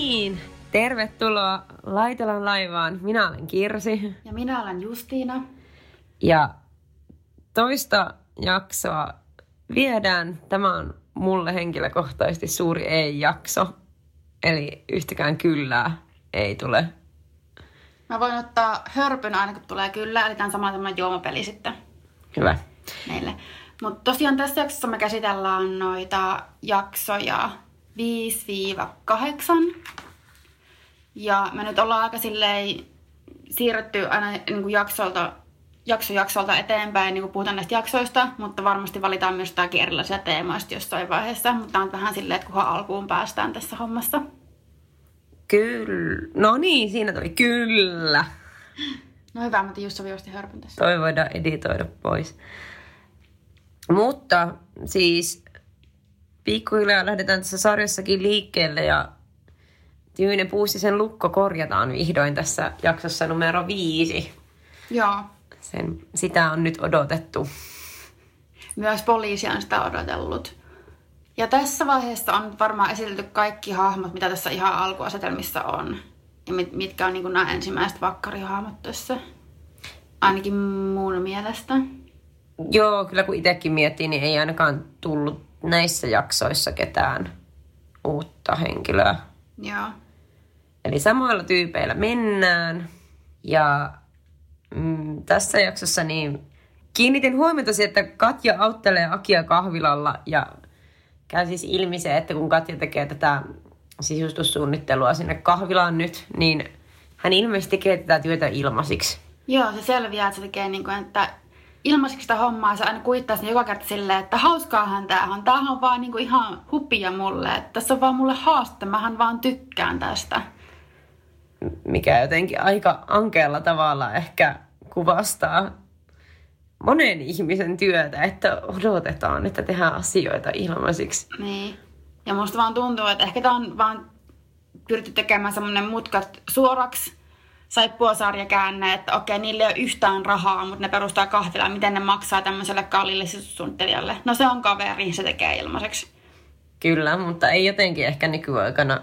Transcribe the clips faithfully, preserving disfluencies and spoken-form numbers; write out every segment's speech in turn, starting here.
niin, tervetuloa Laitelan laivaan. Minä olen Kirsi. Ja minä olen Justiina. Ja toista jaksoa viedään. Tämä on mulle henkilökohtaisesti suuri ei-jakso. Eli yhtäkään kyllää ei tule. Mä voin ottaa hörpyn aina kun tulee kyllä, eli tämän samalla tämmöinen juomapeli sitten. Hyvä. Meille. Mutta tosiaan tässä jaksossa me käsitellään noita jaksoja viisi kahdeksan. Ja me nyt ollaan aika silleen siirretty aina niin kuin jaksolta, jakso jaksolta eteenpäin, niin kuin puhutaan näistä jaksoista, mutta varmasti valitaan myös jotakin erilaisia teemoista jossain vaiheessa. Mutta on vähän silleen, että kunhan alkuun päästään tässä hommassa. Kyllä. No niin, siinä tuli kyllä. No hyvä, mutta just sovi osti hörpyn tässä. Toi voidaan editoida pois. Mutta siis pikkuhiljaa lähdetään tässä sarjassakin liikkeelle ja Tyynen Puustisen lukko korjataan vihdoin tässä jaksossa numero viisi. Joo. Sen, sitä on nyt odotettu. Myös poliisi on sitä odotellut. Ja tässä vaiheessa on varmaan esitelty kaikki hahmot, mitä tässä ihan alkuasetelmissa on. Ja mit, mitkä on niin kuin nämä ensimmäiset vakkarihahmot tässä. Ainakin mun mielestä. Joo, kyllä kun itsekin miettii, niin ei ainakaan tullut näissä jaksoissa ketään uutta henkilöä. Joo. Eli samoilla tyypeillä mennään. Ja mm, tässä jaksossa niin kiinnitin huomiota siihen, että Katja auttelee Akia kahvilalla. Ja käy siis ilmi se, että kun Katja tekee tätä sisustussuunnittelua sinne kahvilaan nyt, niin hän ilmeisesti tekee tätä työtä ilmaisiksi. Joo, se selviää, että se tekee niin kuin, että ilmaisiksi sitä hommaa se aina kuittaa sinne joka kerta silleen, että hauskaahan tämähän. Tämähän on vaan niin kuin ihan hupia mulle. Että tässä on vaan mulle haaste, mähän vaan tykkään tästä. Mikä jotenkin aika ankealla tavalla ehkä kuvastaa monen ihmisen työtä, että odotetaan, että tehdään asioita ilmaisiksi. Niin. Ja musta vaan tuntuu, että ehkä tämä on vaan pyritty tekemään semmoinen mutkat suoraksi saippuasarjakäänne, että okei, niillä ei ole yhtään rahaa, mutta ne perustaa kahvilaan, miten ne maksaa tämmöiselle kalliille sisustussuunnittelijalle. No se on kaveri, se tekee ilmaiseksi. Kyllä, mutta ei jotenkin ehkä nykyaikana,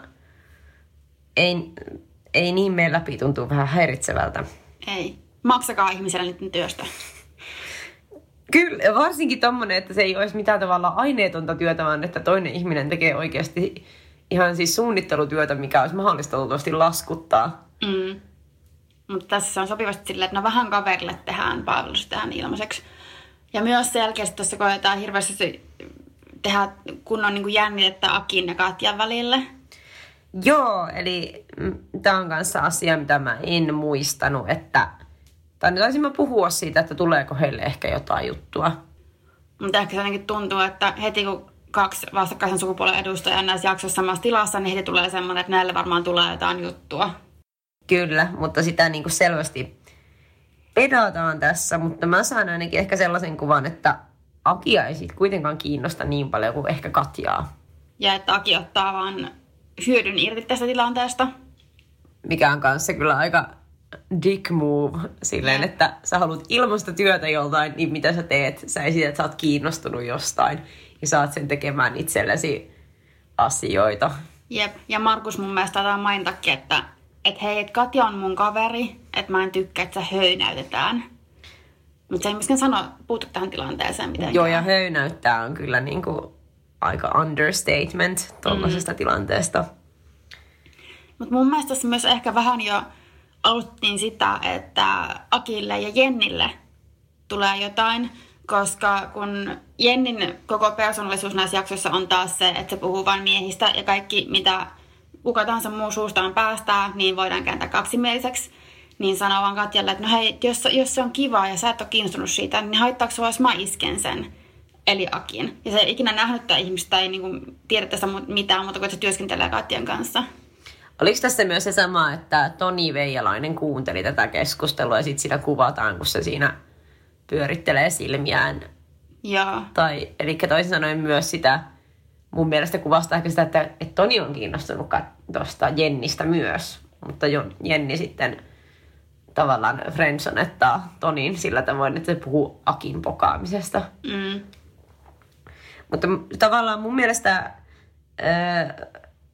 ei, ei niin mene läpi, tuntuu vähän häiritsevältä. Ei. Maksakaa ihmiselle niiden työstä. Kyllä, varsinkin tommonen, että se ei olisi mitään tavalla aineetonta työtä, vaan että toinen ihminen tekee oikeasti ihan siis suunnittelutyötä, mikä olisi mahdollista luultavasti laskuttaa. Mm. Mutta tässä on sopivasti silleen, että no vähän kaverille tehdään palvelus, tehdään ilmaiseksi. Ja myös selkeästi tuossa koetaan hirveästi tehdä kunnon niin kuin jännitettä Akin ja Katjan välille. Joo, eli tämä on kanssa asia, mitä mä en muistanut, että tai nyt taisin mä puhua siitä, että tuleeko heille ehkä jotain juttua. Mutta ehkä se ainakin tuntuu, että heti kun kaksi vastakkaisen sukupuolen edustajaa näissä jaksoissa samassa tilassa, niin heti tulee semmoinen, että näille varmaan tulee jotain juttua. Kyllä, mutta sitä niin kuin selvästi pedataan tässä, mutta mä saan ainakin ehkä sellaisen kuvan, että Akia ei sit kuitenkaan kiinnosta niin paljon kuin ehkä Katjaa. Ja että Aki ottaa vaan hyödyn irti tästä tilanteesta. Mikä on kanssa kyllä aika dick move silleen, yeah. Että sä haluat ilmaista työtä joltain, niin mitä sä teet? Sä esität, että sä oot kiinnostunut jostain ja saat sen tekemään itsellesi asioita. Jep, ja Markus mun mielestä taitaa mainitakin, että että hei, että Katja on mun kaveri, että mä en tykkää, että sä höynäytetään. Mutta se ei myöskään sano, puutu tähän tilanteeseen mitenkään. Joo, ja höynäyttää on kyllä niinku aika understatement tuollaisesta mm. tilanteesta. Mutta mun mielestä tässä myös ehkä vähän jo aloittiin sitä, että Akille ja Jennille tulee jotain, koska kun Jennin koko persoonallisuus näissä jaksoissa on taas se, että se puhuu vain miehistä ja kaikki mitä kuka tahansa muu suustaan päästää, niin voidaan kääntää kaksimieliseksi. Niin sanoo vaan Katjalle, että no hei, jos, jos se on kiva ja sä et ole kiinnostunut siitä, niin haittaako sua, jos mä isken sen, eli Akin. Ja se ei ikinä nähnyt tätä ihmistä, ei niinku tiedä tästä mitään, mutta kun se työskentelee Katjan kanssa. Oliko tässä myös se sama, että Toni Veijalainen kuunteli tätä keskustelua ja sitten siinä kuvataan, kun se siinä pyörittelee silmiään? Joo. Tai, eli toisin sanoen myös sitä, mun mielestä kuvastaa ehkä sitä, että, että Toni on kiinnostunut tuosta Jennistä myös. Mutta Jenni sitten tavallaan friendzonettaa Tonin sillä tavoin, että se puhuu Akin pokaamisesta. Mm. Mutta tavallaan mun mielestä ää,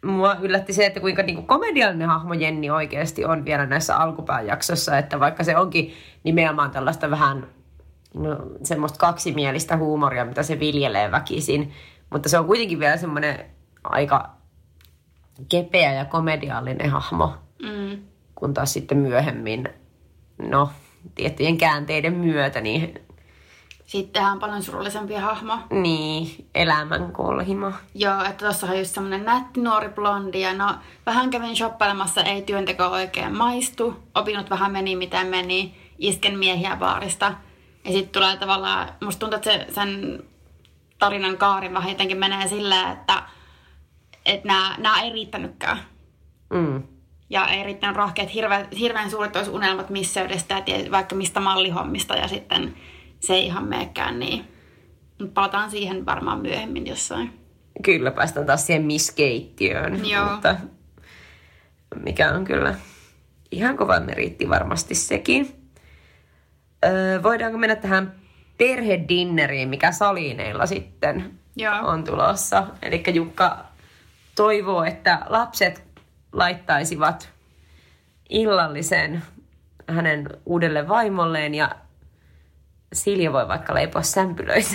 mua yllätti se, että kuinka niinku komediallinen hahmo Jenni oikeasti on vielä näissä alkupään jaksossa, että vaikka se onkin nimenomaan tällaista vähän no, semmoista kaksimielistä huumoria, mitä se viljelee väkisin, mutta se on kuitenkin vielä semmoinen aika kepeä ja komediallinen hahmo, mm. kun taas sitten myöhemmin, no, tiettyjen käänteiden myötä, niin sittenhän on paljon surullisempia hahmoja. Niin, elämänkolhimo. Joo, että tuossa on just semmoinen nätti nuori blondi ja no vähän kävin shoppailemassa, ei työnteko oikein maistu. Opinnot vähän meni miten meni, isken miehiä baarista. Ja sitten tulee tavallaan, musta tuntuu, että se, sen tarinan kaari vähän jotenkin menee silleen, että et nämä, nämä ei riittänytkään. Mm. Ja ei riittänyt rohkeat, hirveän, hirveän suuret olisi unelmat misseydestä ja vaikka mistä mallihommista ja sitten se ei ihan meekään niin. Palataan siihen varmaan myöhemmin jossain. Kyllä, päästään taas siihen Miss-keittiöön. Joo. Mutta mikä on kyllä ihan kova meriitti varmasti sekin. Öö, voidaanko mennä tähän perhedinneriin, mikä Salineilla sitten Joo. on tulossa. Eli Jukka toivoo, että lapset laittaisivat illallisen hänen uudelle vaimolleen ja Silja voi vaikka leipoa sämpylöitä.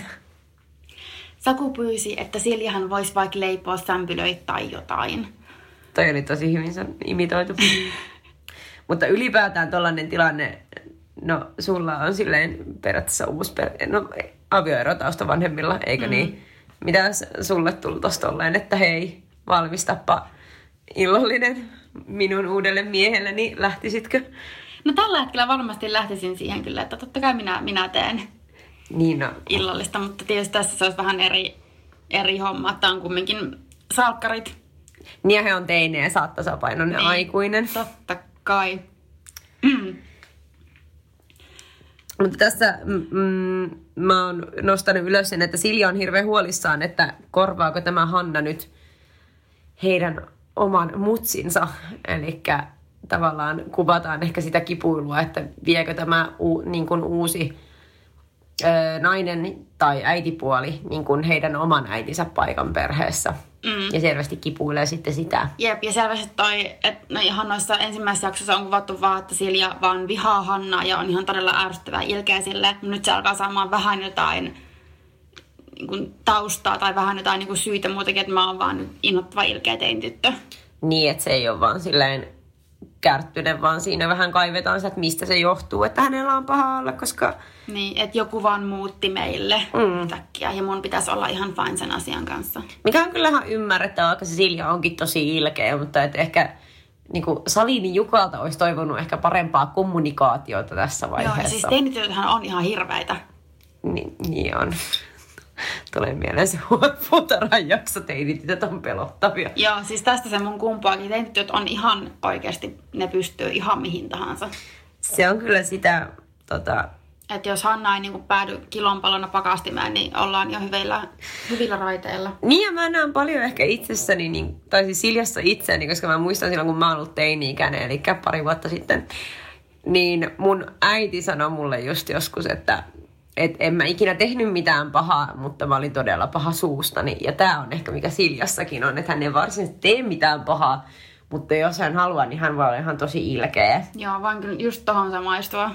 Saku pyysi, että Siljahan voisi vaikka leipoa sämpylöitä tai jotain. Toi oli tosi hyvin imitoitu. Mutta ylipäätään tollainen tilanne, no sulla on silleen periaatteessa uusi perhe, no avioerotausta vanhemmilla, eikö mm. niin? Mitä sulle tuli tosta olleen, että hei, valmistapa illallinen minun uudelle miehelle, niin lähtisitkö? No tällä hetkellä varmasti lähtisin siihen kyllä, että totta kai minä, minä teen niin no. illallista, mutta tietysti tässä se olisi vähän eri, eri homma, että on kumminkin salkkarit. Niin ja he on teine ja saattasapainoinen niin, aikuinen. Totta kai. Mm. Mutta tässä mm, mä oon nostanut ylös sen, että Silja on hirveän huolissaan, että korvaako tämä Hanna nyt heidän oman mutsinsa, eli tavallaan kuvataan ehkä sitä kipuilua, että viekö tämä u, niin kuin uusi ö, nainen tai äitipuoli niin kuin heidän oman äitinsä paikan perheessä. Mm. Ja selvästi kipuilee sitten sitä. Jep, ja selvästi toi, että no ihan noissa ensimmäisessä jaksossa on kuvattu vaan, että Silja vaan vihaa Hannaa ja on ihan todella ärsyttävää ilkeä sille. Nyt se alkaa saamaan vähän jotain niin kuin taustaa tai vähän jotain niin kuin syytä muutakin, että mä oon vaan nyt innoittava ilkeä teintyttö. Niin, että se ei ole vaan silleen kärttyinen, vaan siinä vähän kaivetaan sitä, että mistä se johtuu, että hänellä on paha olla, koska niin, että joku vaan muutti meille mm. yhtäkkiä ja mun pitäisi olla ihan fine sen asian kanssa. Mikä on kyllähän ymmärrettävää, vaikka se Silja onkin tosi ilkeä, mutta että ehkä niin kuin Salinin Jukalta olisi toivonut ehkä parempaa kommunikaatiota tässä vaiheessa. Joo, ja siis teinityöthän on ihan hirveitä. Ni, niin on. Tulee mieleen se Futaran jakso, teinitytöt on pelottavia. Joo, siis tästä se mun kumpaakin. Teinitytöt on ihan oikeasti, ne pystyy ihan mihin tahansa. Se on kyllä sitä tota että jos Hanna ei niinku päädy kilonpalona pakastimeen, niin ollaan jo hyvillä, hyvillä raiteilla. Niin ja mä näen paljon ehkä itsessäni, niin, tai siis Siljassa itseäni, koska mä muistan silloin, kun mä oon ollut teini-ikäinen, eli pari vuotta sitten, niin mun äiti sanoi mulle just joskus, että et en mä ikinä tehnyt mitään pahaa, mutta mä olin todella paha suustani. Ja tää on ehkä mikä Siljassakin on, että hän ei varsinaisesti tee mitään pahaa, mutta jos hän haluaa, niin hän voi olla ihan tosi ilkeä. Joo, vaan kyllä just tohon samaistua.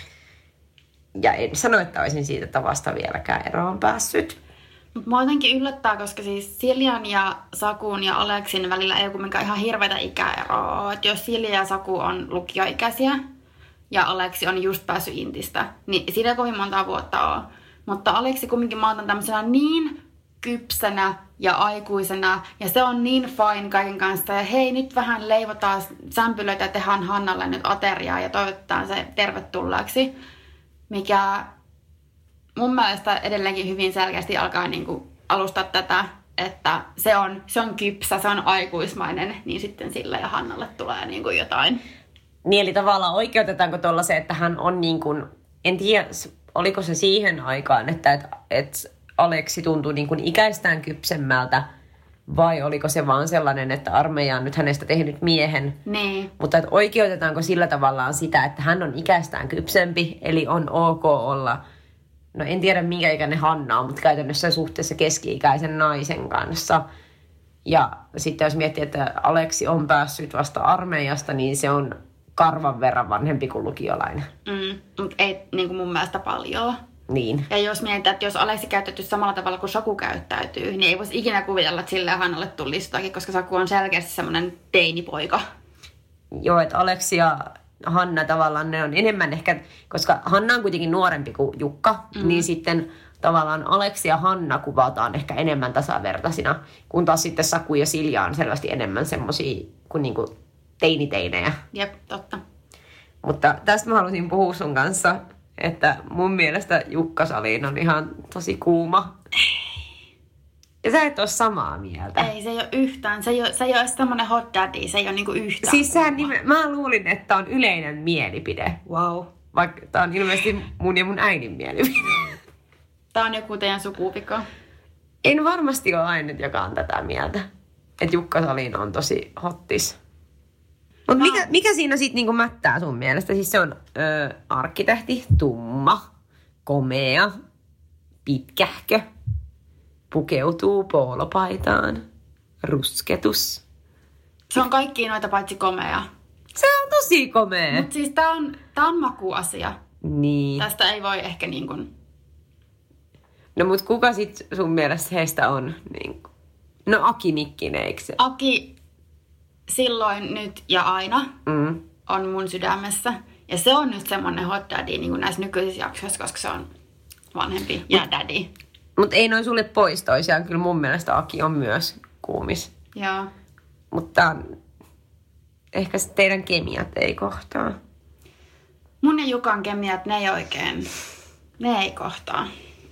Ja en sano, että olisin siitä tavasta vieläkään eroon päässyt. Mutta mua jotenkin yllättää, koska siis Siljan ja Sakun ja Aleksin välillä ei ole kuitenkaan ihan hirveätä ikäeroa. Että jos Silja ja Saku on lukioikäisiä ja Aleksi on just päässyt Intistä, niin siitä ei kovin monta vuotta ole. Mutta Aleksi kumminkin mä otan tämmöisenä niin kypsänä ja aikuisena ja se on niin fine kaiken kanssa. Ja hei, nyt vähän leivotaan sämpylöitä ja tehdään Hannalle nyt ateriaa ja toivotetaan se tervetulleeksi. Mikä mun mielestä edelleenkin hyvin selkeästi alkaa niinku alustaa tätä, että se on, se on kypsä, se on aikuismainen, niin sitten sille ja Hannalle tulee niinku jotain. Niin eli tavallaan oikeutetaanko tuolla se, että hän on niin kuin, en tiedä, oliko se siihen aikaan, että et, et Aleksi tuntui niin kuin ikäistään kypsemmältä, vai oliko se vaan sellainen, että armeija on nyt hänestä tehnyt miehen. Niin. Mutta että oikeutetaanko sillä tavallaan sitä, että hän on ikäistään kypsempi, eli on ok olla, no en tiedä minkä ikäinen Hanna on, mutta käytännössä suhteessa keski-ikäisen naisen kanssa. Ja sitten jos miettii, että Aleksi on päässyt vasta armeijasta, niin se on karvan verran vanhempi kuin lukiolainen. Mm, mutta ei niin kuin mun mielestä paljon. Niin. Ja jos mietitään, että jos Aleksi käyttäytyy samalla tavalla kuin Saku käyttäytyy, niin ei voisi ikinä kuvitella, että sille Hannalle tulisi jotakin, koska Saku on selkeästi semmoinen teinipoika. Joo, että Aleksi ja Hanna tavallaan ne on enemmän ehkä, koska Hanna on kuitenkin nuorempi kuin Jukka, mm. niin sitten tavallaan Aleksi ja Hanna kuvataan ehkä enemmän tasavertaisina, kun taas sitten Saku ja Silja on selvästi enemmän semmosia kuin niinku teiniteinejä. Jep, totta. Mutta tästä mä halusin puhua sun kanssa, että mun mielestä Jukka Salin on ihan tosi kuuma. Ja sä et ole samaa mieltä. Ei, se ei ole yhtään. Se ei ole, se ei ole semmoinen hot daddy, se ei ole niinku yhtään. Siis sä nime, mä luulin, että tää on yleinen mielipide. Wow. Vaikka tää on ilmeisesti mun ja mun äidin mielipide. Tää on joku teidän sukuvika. En varmasti ole ainut, joka on tätä mieltä. Että Jukka Salin on tosi hottis. Mutta No. mikä, mikä siinä sitten niinku mättää sun mielestä? Siis se on ö, arkkitehti, tumma, komea, pitkähkö, pukeutuu poolopaitaan, rusketus. Se on kaikki noita paitsi komea. Se on tosi komea. Mutta siis tää on, tää on makuasia. Niin. Tästä ei voi ehkä niin kuin... No mut kuka sit sun mielestä heistä on? Niin, no Aki Nikkinen, eikö se? Aki silloin, nyt ja aina Mm. on mun sydämessä. Ja se on nyt semmonen hot daddy niin kuin näissä nykyisissä jaksoissa, koska se on vanhempi ja daddy. Mut ei noin sulle pois toisiaan. Kyllä mun mielestä Aki on myös kuumis. Joo. Mutta ehkä se teidän kemiat ei kohtaa. Mun ja Jukan kemiat, ne ei oikein, ne ei kohtaa.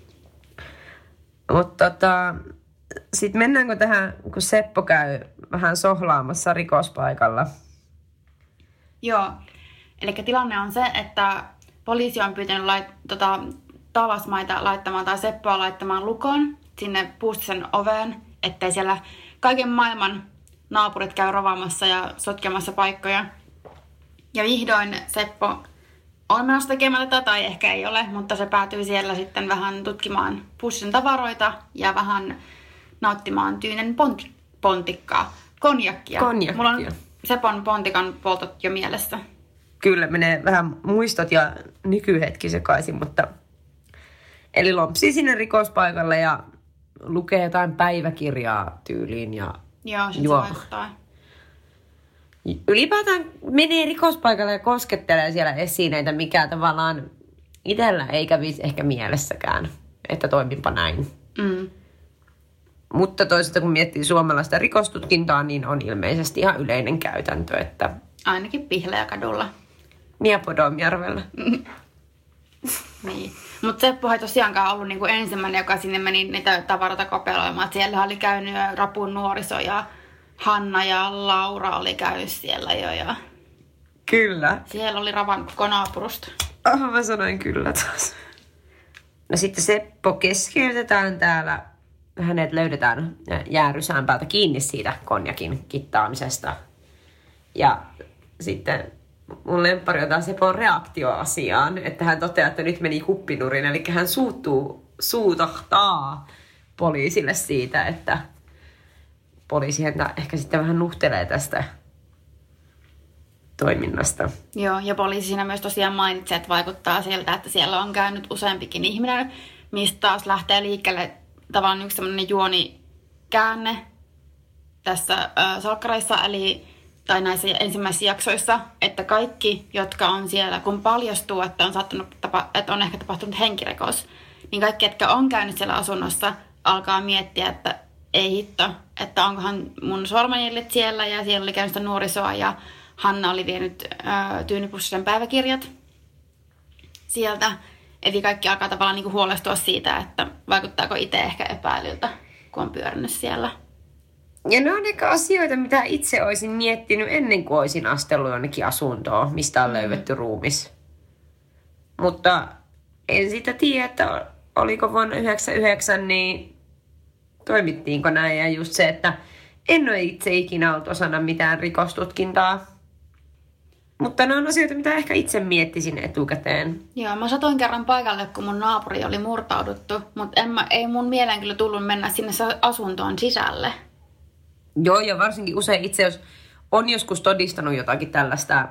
Mutta tota, sitten mennäänkö tähän, kun Seppo käy vähän sohlaamassa rikospaikalla. Joo. Eli tilanne on se, että poliisi on pyytänyt lait, tota, Tavasmaita laittamaan tai Seppoa laittamaan lukon sinne Puustisen oveen, ettei siellä kaiken maailman naapurit käy rovaamassa ja sotkemassa paikkoja. Ja vihdoin Seppo on menossa tekemään tätä, tai ehkä ei ole, mutta se päätyy siellä sitten vähän tutkimaan Puustisen tavaroita ja vähän nauttimaan Tyynen ponti, pontikkaa, konjakkia. Konjakkia. Mulla on Sepon pontikan poltot jo mielessä. Kyllä, menee vähän muistot ja nykyhetki sekaisin, mutta... Eli lompsii sinne rikospaikalle ja lukee jotain päiväkirjaa tyyliin ja... Joo, sit Juo. se vaikuttaa. Ylipäätään menee rikospaikalle ja koskettelee siellä esineitä, mikä tavallaan itsellä ei kävisi ehkä mielessäkään, että toiminpa näin. Mm. Mutta toisaalta kun miettii suomalaista rikostutkintaa, niin on ilmeisesti ihan yleinen käytäntö, että Ainakin Pihlejäkadulla. Niapodonjärvellä. Niin. Mutta Seppo ei tosiaankaan ollut niinku ensimmäinen, joka sinne meni niitä tavaroita kopeloimaan. Siellä oli käynyt jo Rapun nuoriso ja Hanna ja Laura oli käynyt siellä jo. Ja Kyllä. siellä oli ravan koko naapurusta. Oh, mä sanoin kyllä taas. No sitten Seppo keskeytetään täällä. Hänet löydetään jäärysään päältä kiinni siitä konjakin kittaamisesta. Ja sitten mun lemppari on taas Sepon reaktio asiaan, että hän toteaa, että nyt meni kuppinurin. Eli hän suuttuu, suutahtaa poliisille siitä, että poliisi häntä ehkä sitten vähän nuhtelee tästä toiminnasta. Joo, ja poliisi siinä myös tosiaan mainitsee, että vaikuttaa siltä, että siellä on käynyt useampikin ihminen, mistä taas lähtee liikkeelle tavallaan yksi sellainen juonikäänne tässä äh, salkkareissa, eli tai näissä ensimmäisissä jaksoissa, että kaikki, jotka on siellä, kun paljastuu, että on, saattanut tapa, että on ehkä tapahtunut henkirikos, niin kaikki, jotka on käynyt siellä asunnossa, alkaa miettiä, että ei hitto, että onkohan mun sormenjäljet siellä, ja siellä oli käynyt sitä nuorisoa, ja Hanna oli vienyt äh, Tyynypussisen päiväkirjat sieltä. Eli kaikki alkaa tavallaan niinku huolestua siitä, että vaikuttaako itse ehkä epäilyltä, kun on pyörinyt siellä. Ja ne on ehkä asioita, mitä itse olisin miettinyt ennen kuin olisin astellut jonnekin asuntoon, mistä on löydetty ruumis. Mutta en sitä tiedä, että oliko vuonna yhdeksänkymmentäyhdeksän, niin toimittiinko näin. Ja just se, että en ole itse ikinä ollut osana mitään rikostutkintaa. Mutta ne on asioita, mitä ehkä itse miettisin etukäteen. Joo, mä satoin kerran paikalle, kun mun naapuri oli murtauduttu, mutta en mä, ei mun mieleen kyllä tullut mennä sinne asuntoon sisälle. Joo, ja varsinkin usein itse, jos on joskus todistanut jotakin tällaista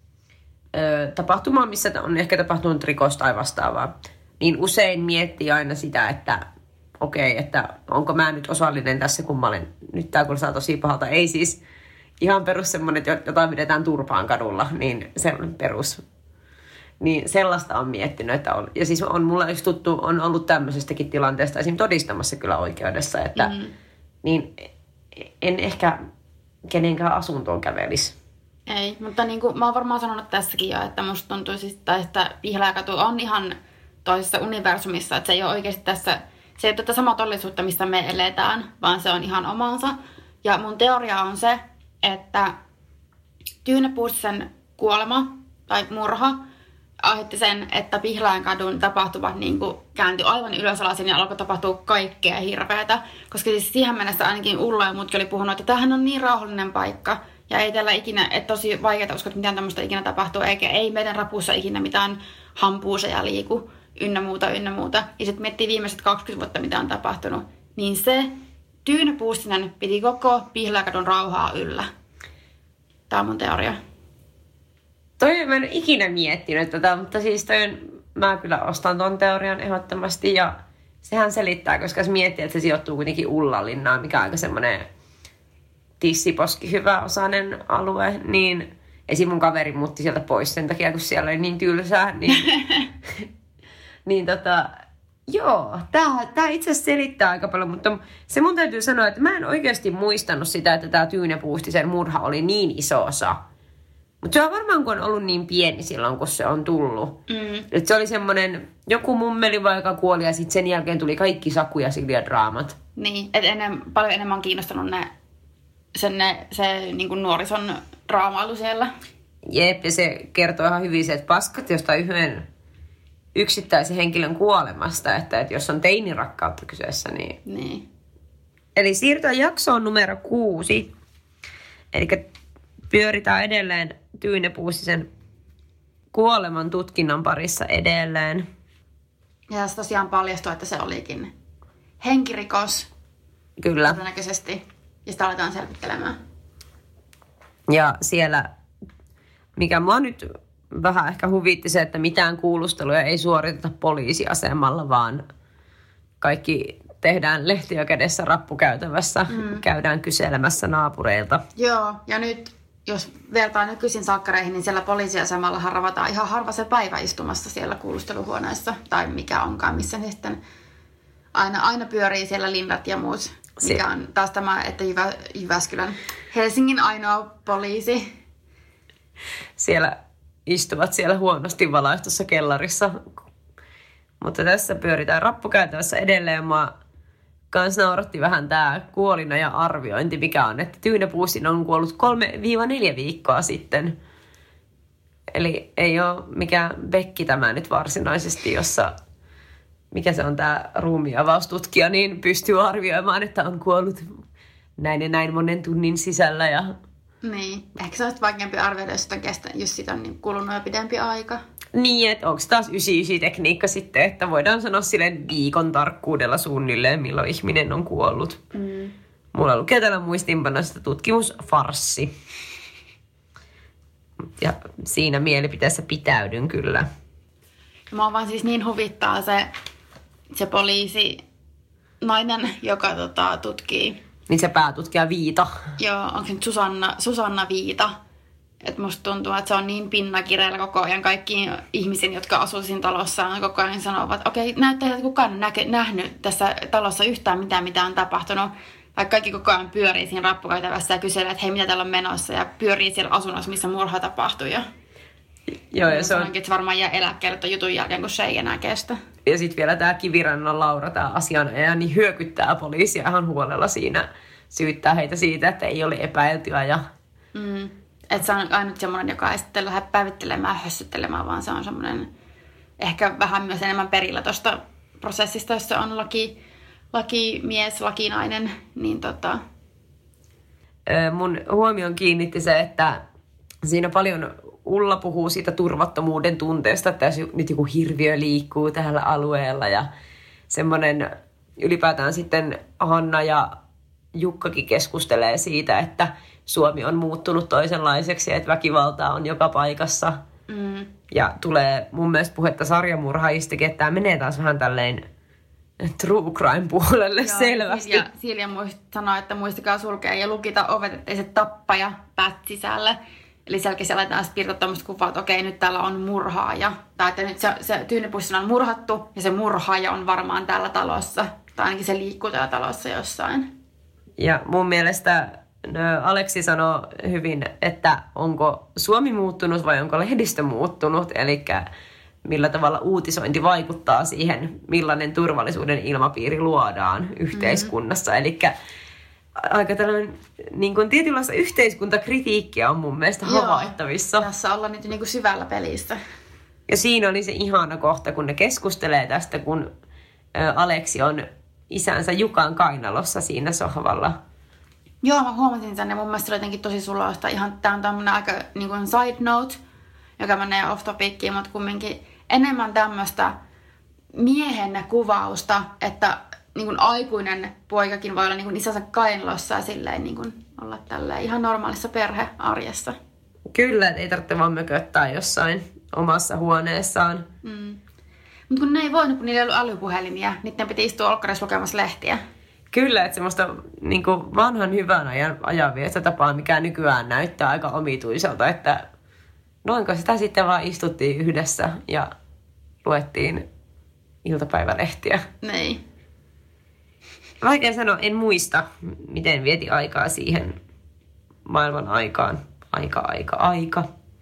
ö, tapahtumaa, missä on ehkä tapahtunut rikos tai vastaavaa, niin usein miettii aina sitä, että okei, okay, että onko mä nyt osallinen tässä, kun mä olen, nyt tää kuulostaa tosi pahalta, ei siis ihan perus semmoinen, että jotain pidetään turpaan kadulla, niin semmoinen perus. Niin sellaista on miettinyt, että on. Ja siis on mulla yksi tuttu, on ollut tämmöisestäkin tilanteesta esim. Todistamassa kyllä oikeudessa, että mm. niin en ehkä kenenkään asuntoon kävelisi. Ei, mutta niin kuin mä oon varmaan sanonut tässäkin jo, että musta tuntuu siis, että Pihlajakatu on ihan toisessa universumissa, että se ei ole oikeasti tässä, se ei ole tätä samaa todellisuutta, missä me eletään, vaan se on ihan omansa. Ja mun teoria on se, että Tyyne Puustisen kuolema tai murha aiheutti sen, että Pihlajankadun tapahtumat niin kuin kääntyi aivan ylösalaisin ja alkoi tapahtua kaikkea hirveätä. Koska siis siihen mennessä ainakin Ulla ja muutkin oli puhunut, että tämähän on niin rauhallinen paikka. Ja ei tällä ikinä, että tosi vaikeaa uskoa, että mitään tämmöistä ikinä tapahtuu, eikä ei meidän rapussa ikinä mitään hampuuseja liiku, ynnä muuta, ynnä muuta. Ja sitten miettii viimeiset kaksikymmentä vuotta, mitä on tapahtunut. Niin se Tyyne Puustinen piti koko Pihlajakadun rauhaa yllä. Tämä on mun teoria. Toi mä en ole ikinä miettinyt tätä, mutta siis toi on, mä kyllä ostan ton teorian ehdottomasti ja sehän selittää, koska se miettii, että se sijoittuu kuitenkin Ullanlinnaan, mikä on aika semmoinen tissiposki hyväosainen alue, niin esim. Mun kaveri muutti sieltä pois sen takia, kun siellä oli niin tylsää, niin, niin tota, joo, tää, tää itse asiassa selittää aika paljon, mutta se mun täytyy sanoa, että mä en oikeasti muistanut sitä, että tää Tyyne Puustisen murha oli niin iso osa. Mutta se on varmaan, kun on ollut niin pieni silloin, kun se on tullut. Mm. Että se oli semmoinen, joku mummeli vaan, joka kuoli ja sitten sen jälkeen tuli kaikki Saku ja Silja draamat. Niin, että ennen, paljon enemmän on kiinnostanut ne, sen, ne, se niin kuin nuorison draamailu siellä. Jep, ja se kertoo ihan hyvin se, että paskat jostain yhden yksittäisen henkilön kuolemasta, että, että jos on teinirakkautta kyseessä, niin... niin. Eli siirrytään jaksoon numero kuusi. Eli pyöritään edelleen Tyyne Puustisen kuoleman tutkinnan parissa edelleen. Ja se tosiaan paljastui, että se olikin henkirikos. Kyllä. Todennäköisesti. Ja sitä aletaan selvittelemään. Ja siellä, mikä mua nyt vähän ehkä huvitti se, että mitään kuulusteluja ei suoriteta poliisiasemalla, vaan kaikki tehdään lehtiä kädessä rappukäytävässä. Mm. Käydään kyselemässä naapureilta. Joo, ja nyt jos vertaa nykyisin saakkareihin, niin siellä poliisiasemalla harvataan ihan harva se päivä istumassa siellä kuulusteluhuoneessa. Tai mikä onkaan, missä ne sitten aina, aina pyörii siellä linnat ja muut. Mikä on taas tämä, että Jyvä, Jyväskylän Helsingin ainoa poliisi. Siellä istuvat siellä huonosti valaistussa kellarissa. Mutta tässä pyöritään rappukäytävässä edelleen. Mua kans nauratti vähän tää kuolina ja arviointi, mikä on, että Tyyne Puustinen on kuollut kolme neljä viikkoa sitten. Eli ei ole mikään Bekki tämä nyt varsinaisesti, jossa, mikä se on tää ruumiinavaustutkija, niin pystyy arvioimaan, että on kuollut näin ja näin monen tunnin sisällä. Ja... Niin, ehkä se olisi vaikeampi arvioida, jos, kestä, jos siitä on niin kulunut jo pidempi aika. Niin, että onko se taas yhdeksänkymmentäyhdeksän-tekniikka sitten, että voidaan sanoa silleen viikon tarkkuudella suunnilleen, milloin ihminen on kuollut. Mm. Mulla lukee täällä muistiinpanosta tutkimusfarssi. Ja siinä mielipiteessä pitäydyn kyllä. Mä vaan siis niin huvittaa se, se poliisi nainen, joka tota, tutkii. Niin se päätutkija Viita. Joo, onko se nyt Susanna, Susanna Viita? Että musta tuntuu, että se on niin pinnakireillä koko ajan. Kaikki ihmisiin, jotka asuu siinä talossa, koko ajan sanovat, että okei, näyttää, että kukaan on näke, nähnyt tässä talossa yhtään mitään, mitä on tapahtunut. Vaikka kaikki koko ajan pyörii siinä rappukäytävässä ja kyselee, että hei, mitä täällä on menossa. Ja pyörii siellä asunnossa, missä murha tapahtui. Ja, Joo, ja se on... Sanonkin, että varmaan jää eläkkeelle ton jutun jälkeen, kun se ei enää kestä. Ja sitten vielä tämä Kivirannan Laura, tämä asianajaja, niin hyökyttää poliisia ihan huolella siinä. Syyttää heitä siitä, että ei ole epäiltyä. Ja... Mm. Että se on ainut semmoinen, joka ei sitten lähde päivittelemään ja hössyttelemään, vaan se on semmoinen ehkä vähän myös enemmän perillä tuosta prosessista, jos se on laki, lakimies, lakinainen, niin tota... Mun huomion kiinnitti se, että siinä paljon Ulla puhuu siitä turvattomuuden tunteesta, että nyt joku hirviö liikkuu tällä alueella ja semmoinen ylipäätään sitten Hanna ja Jukkakin keskustelee siitä, että Suomi on muuttunut toisenlaiseksi, että väkivaltaa on joka paikassa. Mm. Ja tulee mun mielestä puhetta sarjamurhaajistakin, että tämä menee taas vähän tälleen true crime puolelle. Joo, selvästi. Ja Silja muist, sanoi, että muistakaa sulkea ja lukita ovet, ettei se tappaja päät sisälle. Eli selkeästi aletaan piirtää tämmöistä kuvaa, että okei, nyt täällä on murhaaja. Tai että nyt se, se tyynipussi on murhattu ja se murhaaja on varmaan täällä talossa. Tai ainakin se liikkuu täällä talossa jossain. Ja mun mielestä no, Aleksi sanoi hyvin, että onko Suomi muuttunut vai onko lehdistö muuttunut. Eli millä tavalla uutisointi vaikuttaa siihen, millainen turvallisuuden ilmapiiri luodaan yhteiskunnassa. Mm-hmm. Eli aika tällainen niin kuin tietynlaista yhteiskuntakritiikkiä on mun mielestä Joo, havaittavissa. Tässä ollaan nyt niin kuin syvällä pelissä. Ja siinä oli se ihana kohta, kun ne keskustelee tästä, kun Aleksi on isänsä Jukan kainalossa siinä sohvalla. Joo, mä huomasin sen ja mun mielestä se oli jotenkin tosi suloista. Ihan tää on tämmönen aika niin kuin side note, joka menee off topickiin, mutta kumminkin enemmän tämmöistä miehen kuvausta, että niin kuin aikuinen poikakin voi olla niin kuin isänsä kainalossa ja silleen niin kuin olla tälleen ihan normaalissa perhearjessa. Kyllä, ei tarvitse vaan mököttää jossain omassa huoneessaan. Mm. Mutta kun ne ei voinut, kun niillä ei ollut älypuhelimia, niiden piti istua olkkarissa lukemassa lehtiä. Kyllä, että semmoista niin kuin vanhan hyvän ajan ajanvietotapaa, mikä nykyään näyttää aika omituiselta, että noinko sitä sitten vaan istuttiin yhdessä ja luettiin iltapäivälehtiä. Niin. Vaikea sanoa, en muista, miten vieti aikaa siihen maailman aikaan. Aika, aika, aika.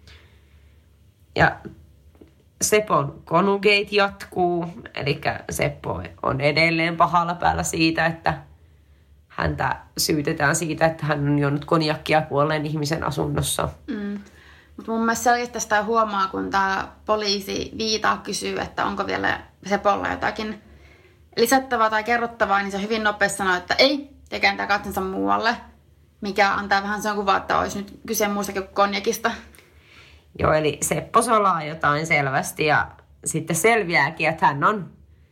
Ja Sepon Konugate jatkuu, eli Seppo on edelleen pahalla päällä siitä, että häntä syytetään siitä, että hän on juonut konjakkia kuolleen ihmisen asunnossa. Mm. Mutta mun mielestä selkeästi sitä huomaa, kun tämä poliisi Viita kysyy, että onko vielä Sepolla jotakin lisättävää tai kerrottavaa, niin se hyvin nopeasti sanoo, että ei, ja kääntää katsensa muualle, mikä antaa vähän sen kuvaa, että olisi nyt kyse muustakin kuin konjakista. Joo, eli Seppo solaa jotain selvästi ja sitten selviääkin, että hän on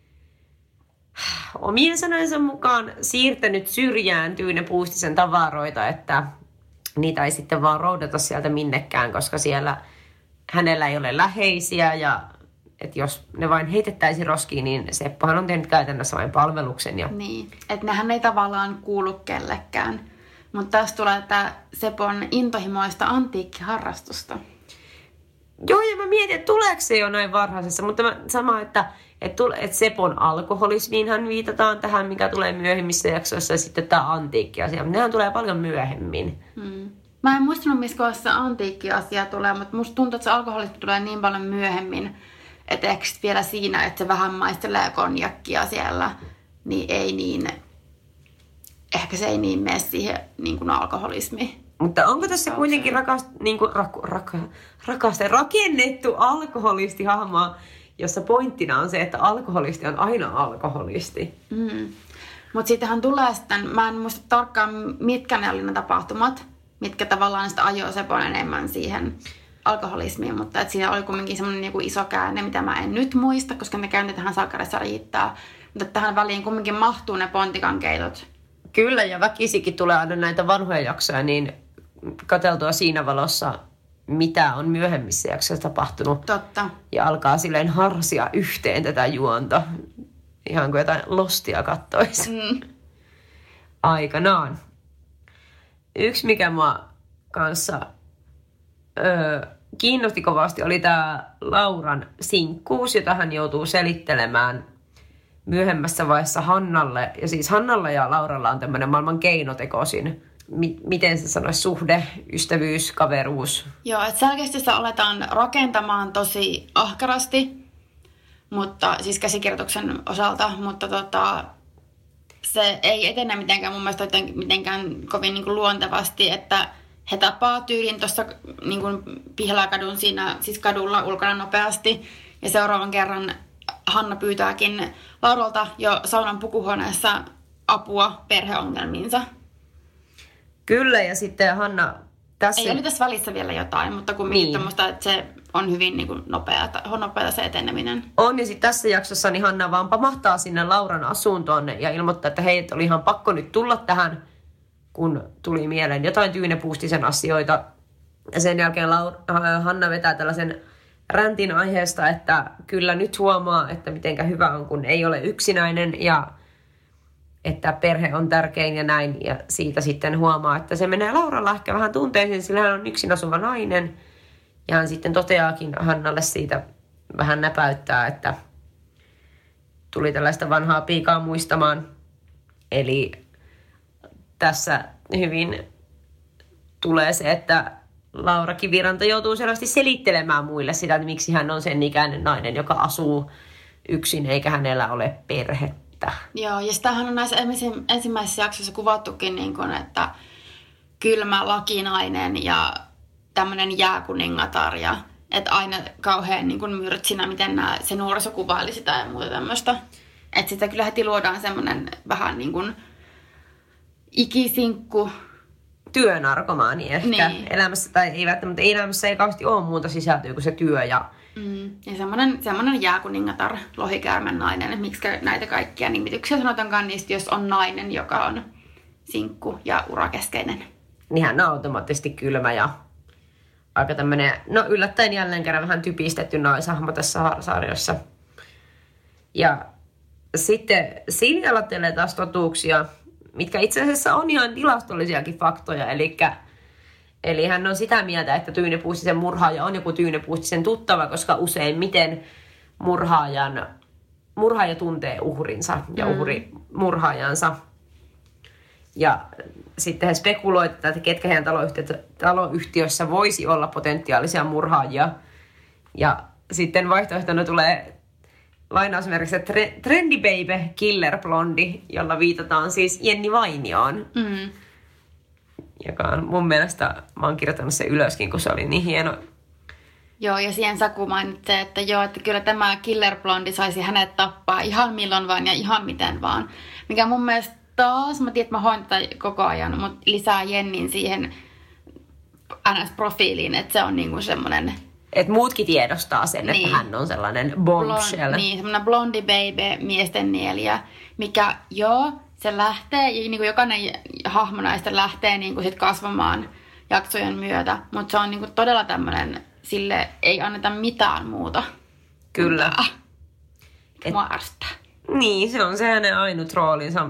omien sanojensa mukaan siirtänyt syrjään Tyyne Puustisen tavaroita, että niitä ei sitten vaan roudata sieltä minnekään, koska siellä hänellä ei ole läheisiä ja että jos ne vain heitettäisiin roskiin, niin Seppohan on tehnyt käytännössä vain palveluksen. Ja niin, että nehän ei tavallaan kuulu kellekään. Mutta tässä tulee tämä Sepon intohimoista antiikkiharrastusta. Joo, ja mä mietin, että tuleeko se jo näin varhaisessa, mutta mä, sama, että, että, että Sepon alkoholismiinhan viitataan tähän, mikä tulee myöhemmissä jaksoissa, ja sitten tämä antiikki-asia. Nehän tulee paljon myöhemmin. Hmm. Mä en muistanut, missä kohdassa antiikki-asia tulee, mutta musta tuntuu, että se alkoholismi tulee niin paljon myöhemmin, että ehkä vielä siinä, että se vähän maistelee konjakkia siellä, niin ei niin, ehkä se ei niin mene siihen niin kuin alkoholismiin. Mutta onko tässä kuitenkin rakast, niin kuin, rak, rak, rakaste, rakennettu alkoholistihahmoa, jossa pointtina on se, että alkoholisti on aina alkoholisti? Mm. Mutta siitähän tulee sitten, mä en muista tarkkaan mitkä ne oli ne tapahtumat, mitkä tavallaan sitä ajoi Sepon enemmän siihen alkoholismiin, mutta et siinä oli kuitenkin semmoinen niinku iso käänne, mitä mä en nyt muista, koska ne käynti tähän salkkarissa riittää. Mutta tähän väliin kuitenkin mahtuu ne pontikan keitot. Kyllä, ja väkisikin tulee aina näitä vanhoja jaksoja, niin katseltua siinä valossa, mitä on myöhemmissä jaksoissa tapahtunut. Totta. Ja alkaa silleen harsia yhteen tätä juonta. Ihan kuin jotain lostia kattoisi. Mm. Aikanaan. Yksi, mikä mua kanssa öö, kiinnosti kovasti, oli tämä Lauran sinkkuus, jota hän joutuu selittelemään myöhemmässä vaiheessa Hannalle. Ja siis Hannalla ja Lauralla on tämmöinen maailman keinotekoisin, mi- miten se sanoisi, suhde, ystävyys, kaveruus. Joo, että selkeästi sitä aletaan rakentamaan tosi ahkerasti, mutta siis käsikirjoituksen osalta, mutta tota, se ei etene mitenkään mun mielestä mitenkään kovin niin kuin luontevasti, että he tapaa tyylin tuossa niin kuin Pihlakadun siinä, siis kadulla ulkona nopeasti, ja seuraavan kerran Hanna pyytääkin Lauralta jo saunan pukuhuoneessa apua perheongelmiinsa. Kyllä, ja sitten Hanna tässä... Ei ole tässä välissä vielä jotain, mutta kumminkin niin. Tämmöistä, että se on hyvin niin kuin nopeata, on nopeata se eteneminen. On, ja sitten tässä jaksossa niin Hanna vaan pamahtaa sinne Lauran asuntoon ja ilmoittaa, että hei, että oli ihan pakko nyt tulla tähän kun tuli mieleen jotain Tyyne Puustisen asioita. Ja sen jälkeen Laura, Hanna vetää tällaisen räntin aiheesta, että kyllä nyt huomaa, että mitenkä hyvä on, kun ei ole yksinäinen ja että perhe on tärkein ja näin. Ja siitä sitten huomaa, että se menee Lauralla ehkä vähän tunteisiin, sillä hän on yksin asuva nainen. Ja hän sitten toteaakin Hannalle siitä vähän näpäyttää, että tuli tällaista vanhaa piikaa muistamaan. Eli tässä hyvin tulee se, että Laura Kiviranta joutuu selvästi selittelemään muille sitä, että miksi hän on sen ikäinen nainen, joka asuu yksin eikä hänellä ole perhettä. Joo, ja sitähän on näissä ensimmäisissä jaksoissa kuvattukin, niin kuin, että kylmä lakinainen ja tämmöinen jääkuningatar ja että aina kauhean niin kuin myrtsinä, miten nämä, se nuoriso kuvaili sitä ja muuta tämmöistä. Että sitä kyllä heti luodaan semmoinen vähän niin kuin ikisinkku. Työnarkomaani ehkä niin. Elämässä, tai ei välttämättä elämässä ei kauheasti ole muuta sisältöä kuin se työ. Ja, mm. ja semmoinen, semmoinen jääkuningatar, lohikäärmen nainen, miksi näitä kaikkia nimityksiä sanotaankaan niistä, jos on nainen, joka on sinkku ja urakeskeinen. Niin hän on automaattisesti kylmä ja aika tämmöinen, no yllättäen jälleen kerran vähän typistetty naishahmo tässä sarjassa. Ja sitten Silja lattelee taas totuuksia, mitkä itse asiassa on ihan tilastollisiakin faktoja. Elikkä, eli hän on sitä mieltä, että Tyyne Puustisen murhaaja on joku Tyyne Puustisen tuttava, koska useimmiten murhaajan, murhaaja tuntee uhrinsa ja uhri murhaajansa. Ja sitten he spekuloivat, että ketkä heidän taloyhtiöissä voisi olla potentiaalisia murhaajia. Ja sitten vaihtoehtona tulee lainausmerkissä tre- Trendy Baby Killer Blondi, jolla viitataan siis Jenni Vainioon. Mm. Joka on mun mielestä, mä oon kirjoittanut sen ylöskin, kun se oli niin hieno. Joo, ja siihen Saku mainitsee, että joo, että kyllä tämä Killer Blondi saisi hänet tappaa ihan milloin vaan ja ihan miten vaan. Mikä mun mielestä taas, mä tiedän, että mä hoin tätä koko ajan, mutta lisää Jennin siihen N S-profiiliin, että se on niinku semmoinen... Että muutkin tiedostaa sen, niin. Että hän on sellainen bombshell. Blond, niin, semmoinen blondi baby, miesten nieliä, mikä joo, se lähtee, niin kuin jokainen hahmo näistä lähtee niin kuin sit kasvamaan jaksojen myötä, mutta se on niin kuin todella tämmöinen, sille ei anneta mitään muuta. Kyllä. Et, mua ärsyttää. Niin, se on se hänen ainut roolinsa.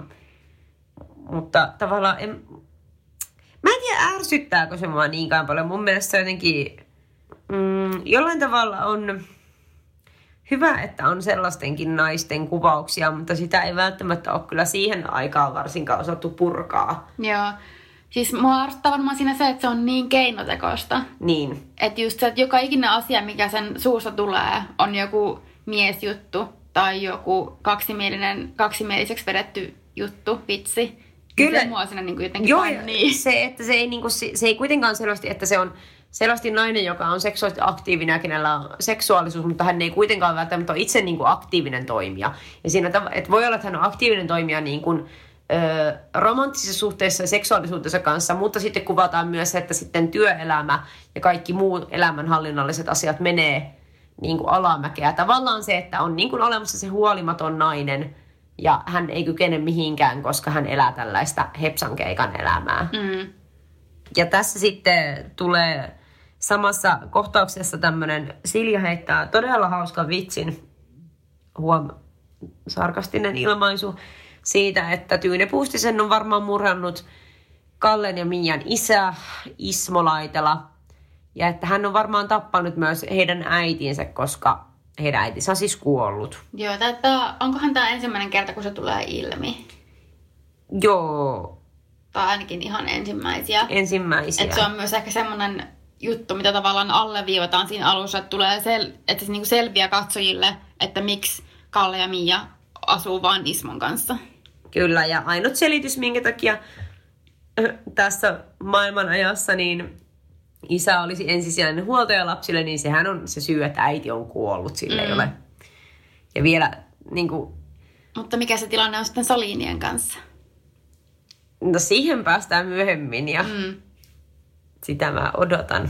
Mutta tavallaan, en, mä en tiedä ärsyttääkö se mua niinkään paljon. Mun mielestä se jotenkin, mm, jollain tavalla on hyvä, että on sellaistenkin naisten kuvauksia, mutta sitä ei välttämättä ole kyllä siihen aikaan varsinkaan osattu purkaa. Joo. Siis mua arvostaa varmaan siinä se, että se on niin keinotekoista. Niin. Että just se, että joka ikinen asia, mikä sen suusta tulee, on joku miesjuttu tai joku kaksimielinen, kaksimieliseksi vedetty juttu, vitsi. Kyllä. Se mua siinä niin kuin jotenkin Joo, pannii. se, että se ei, niin kuin, se ei kuitenkaan selvästi, että se on selvästi nainen, joka on seksuaalisesti aktiivinen ja kenellä on seksuaalisuus, mutta hän ei kuitenkaan välttämättä ole itse niin kuin aktiivinen toimija. Ja siinä, että voi olla, että hän on aktiivinen toimija niin kuin, ö, romanttisissa suhteissa ja seksuaalisuutensa kanssa, mutta sitten kuvataan myös, että sitten työelämä ja kaikki muut elämänhallinnalliset asiat menee niin kuin alamäkeä. Tavallaan se, että on niin kuin olemassa se huolimaton nainen ja hän ei kykene mihinkään, koska hän elää tällaista hepsankeikan elämää. Mm. Ja tässä sitten tulee samassa kohtauksessa tämmöinen, Silja heittää todella hauskan vitsin, huom, sarkastinen ilmaisu, siitä, että Tyyne Puustisen on varmaan murhannut Kallen ja Mian isä, Ismo Laitela, ja että hän on varmaan tappanut myös heidän äitinsä, koska heidän äitinsä on siis kuollut. Joo, tätä, onkohan tämä ensimmäinen kerta, kun se tulee ilmi? Joo. Tai ainakin ihan ensimmäisiä. Ensimmäisiä. Että se on myös ehkä semmoinen juttu, mitä tavallaan alleviivataan siinä alussa, että tulee sel- että se niinku selviää katsojille, että miksi Kalle ja Mia asuu vain Ismon kanssa. Kyllä, ja ainut selitys, minkä takia tässä maailman ajassa niin isä olisi ensisijainen huoltaja lapsille, niin sehän on se syy, että äiti on kuollut, sillä mm. ei ole. Ja vielä niin kuin... Mutta mikä se tilanne on sitten Solinien kanssa? No siihen päästään myöhemmin ja mm. sitä mä odotan.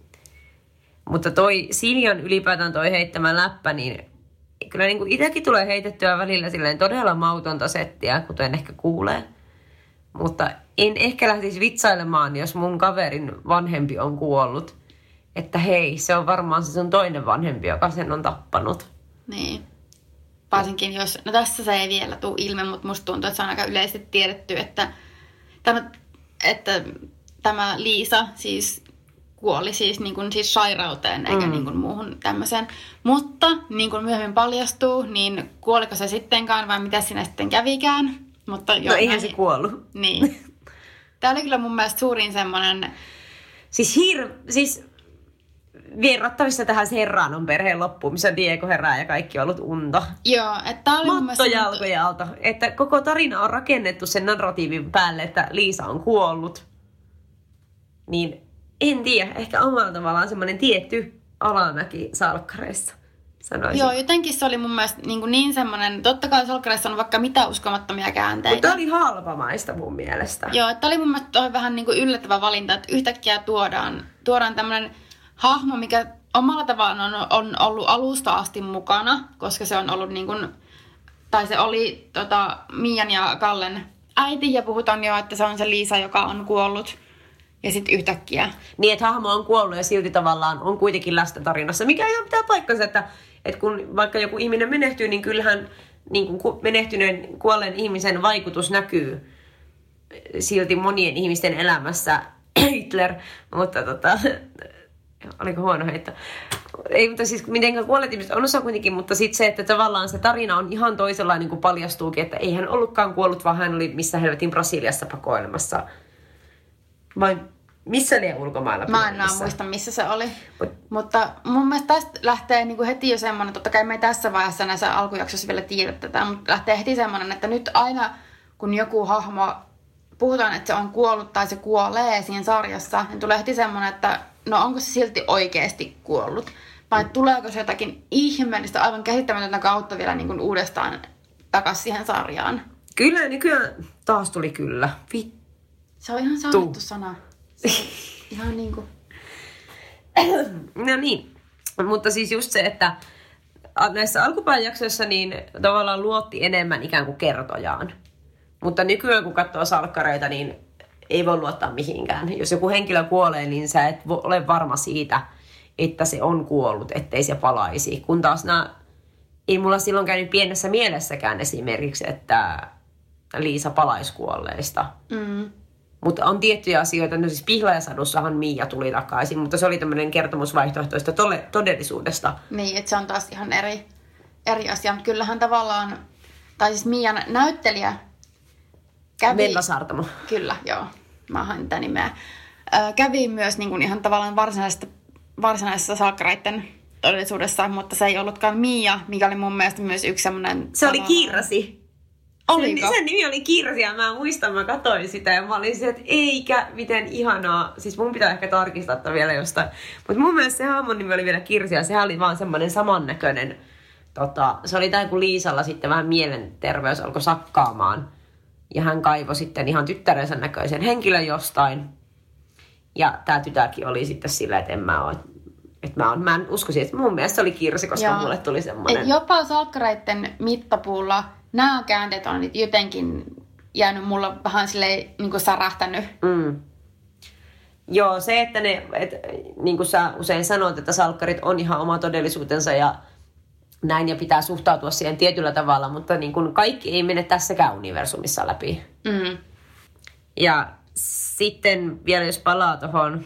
Mutta toi Siljan ylipäätään toi heittämä läppä, niin kyllä niin itsekin tulee heitettyä välillä silleen todella mautonta settiä, kuten ehkä kuulee. Mutta en ehkä lähtisi vitsailemaan, jos mun kaverin vanhempi on kuollut. Että hei, se on varmaan se sun toinen vanhempi, joka sen on tappanut. Niin. Varsinkin jos, no tässä se ei vielä tule ilme, mutta musta tuntuu, että se on aika yleisesti tiedetty, että tämä, että tämä Liisa siis kuoli siis, niin kuin, siis sairauteen eikä mm. niin kuin muuhun tämmöiseen. Mutta niin kuin myöhemmin paljastuu, niin kuoliko se sittenkään vai mitä siinä sitten kävikään? Mutta jo, no eihän näin, se kuollut. Niin. Tämä oli kyllä mun mielestä suurin semmoinen... Siis hir... Siis verrattavissa tähän Serranon perheen loppuun, missä Diego herää ja kaikki on ollut unta. Joo, että tää oli mun mielestä... Matto jalkojen alta. Että koko tarina on rakennettu sen narratiivin päälle, että Liisa on kuollut. Niin en tiedä, ehkä omalla tavallaan semmoinen tietty alamäki salkkareissa. Sanoisin. Joo, jotenkin se oli mun mielestä niin, niin semmoinen, totta kai salkkareissa on vaikka mitä uskomattomia käänteitä. Mutta oli halpamaista mun mielestä. Joo, että oli mun mielestä toi vähän niin kuin yllättävä valinta, että yhtäkkiä tuodaan, tuodaan tämmöinen hahmo, mikä omalla tavallaan on, on ollut alusta asti mukana, koska se on ollut niin kuin, tai se oli tota, Mian ja Kallen äiti, ja puhutaan jo, että se on se Liisa, joka on kuollut. Ja sitten yhtäkkiä. Niin, että hahmo on kuollut ja silti tavallaan on kuitenkin läsnä tarinassa. Mikä ihan pitää paikkansa, että, että kun vaikka joku ihminen menehtyy, niin kyllähän niin kuin menehtyneen kuolleen ihmisen vaikutus näkyy silti monien ihmisten elämässä. Hitler, mutta tota, oliko huono heitto? Ei, mutta siis mitenkään kuolleet ihmiset on osa kuitenkin, mutta sitten se, että tavallaan se tarina on ihan toisenlainen, niin kuin paljastuukin, että ei hän ollutkaan kuollut, vaan hän oli missä helvetin Brasiliassa pakoilemassa. Vai missä ne ulkomailla? Mä en enää muista, missä se oli. Mut, Mutta mun mielestä tästä lähtee niinku heti jo semmoinen, totta kai me ei tässä vaiheessa näissä alkujaksoissa vielä tiedä tätä, mutta lähtee heti semmoinen, että nyt aina kun joku hahmo, puhutaan, että se on kuollut tai se kuolee siinä sarjassa, niin tulee heti semmoinen, että no onko se silti oikeasti kuollut? Vai mm. tuleeko se jotakin ihmeellistä, aivan käsittämätöntä kautta vielä niin kuin uudestaan takaisin siihen sarjaan? Kyllä, nykyään taas tuli kyllä. Vittu. Se on ihan sallittu sana. Se on ihan niin kuin... No niin, mutta siis just se, että näissä alkupään jaksoissa niin tavallaan luotti enemmän ikään kuin kertojaan. Mutta nykyään kun katsoo salkkareita, niin ei voi luottaa mihinkään. Jos joku henkilö kuolee, niin sä et ole varma siitä, että se on kuollut, ettei se palaisi. Kun taas nämä, ei mulla silloin käynyt pienessä mielessäkään esimerkiksi, että Liisa palaisi kuolleista. Mm. Mutta on tiettyjä asioita, no siis Pihlajasadussahan Mia tuli takaisin, mutta se oli tämmöinen kertomus vaihtoehtoista tole, todellisuudesta. Niin, että se on taas ihan eri, eri asia. Mutta kyllähän tavallaan, tai siis Mian näyttelijä kävi... Venla Sartamo. Kyllä, joo. Mä hain tätä nimeä. Ö, kävi myös niin kuin ihan tavallaan varsinaisessa, varsinaisessa salkkareitten todellisuudessa, mutta se ei ollutkaan Mia, mikä oli mun mielestä myös yksi semmoinen... Se oli Kirsi. Oliko? Sen, sen nimi oli Kirsi ja mä muistan, mä katsoin sitä ja mä olin se, että eikä, miten ihanaa. Siis mun pitää ehkä tarkistaa tätä vielä jostain. Mutta mun mielestä se hahmon nimi oli vielä Kirsi ja sehän oli vaan semmoinen samannäköinen. Tota, se oli tää kun Liisalla sitten vähän mielenterveys alkoi sakkaamaan. Ja hän kaivoi sitten ihan tyttärensä näköisen henkilön jostain. Ja tää tytärkin oli sitten sillä, että en mä oo, että mä, on, mä en uskoisin, että mun mielestä se oli Kirsi, koska Joo. mulle tuli semmoinen... Et jopa salkkareitten mittapuulla nämä käänteet on jotenkin jäänyt mulla vähän silleen niin kuin särähtänyt. Mm. Joo, se, että ne, et, niin kuin sä usein sanot, että salkkarit on ihan oma todellisuutensa ja näin ja pitää suhtautua siihen tietyllä tavalla, mutta niin kuin kaikki ei mene tässäkään universumissa läpi. Mm. Ja sitten vielä jos palaa tuohon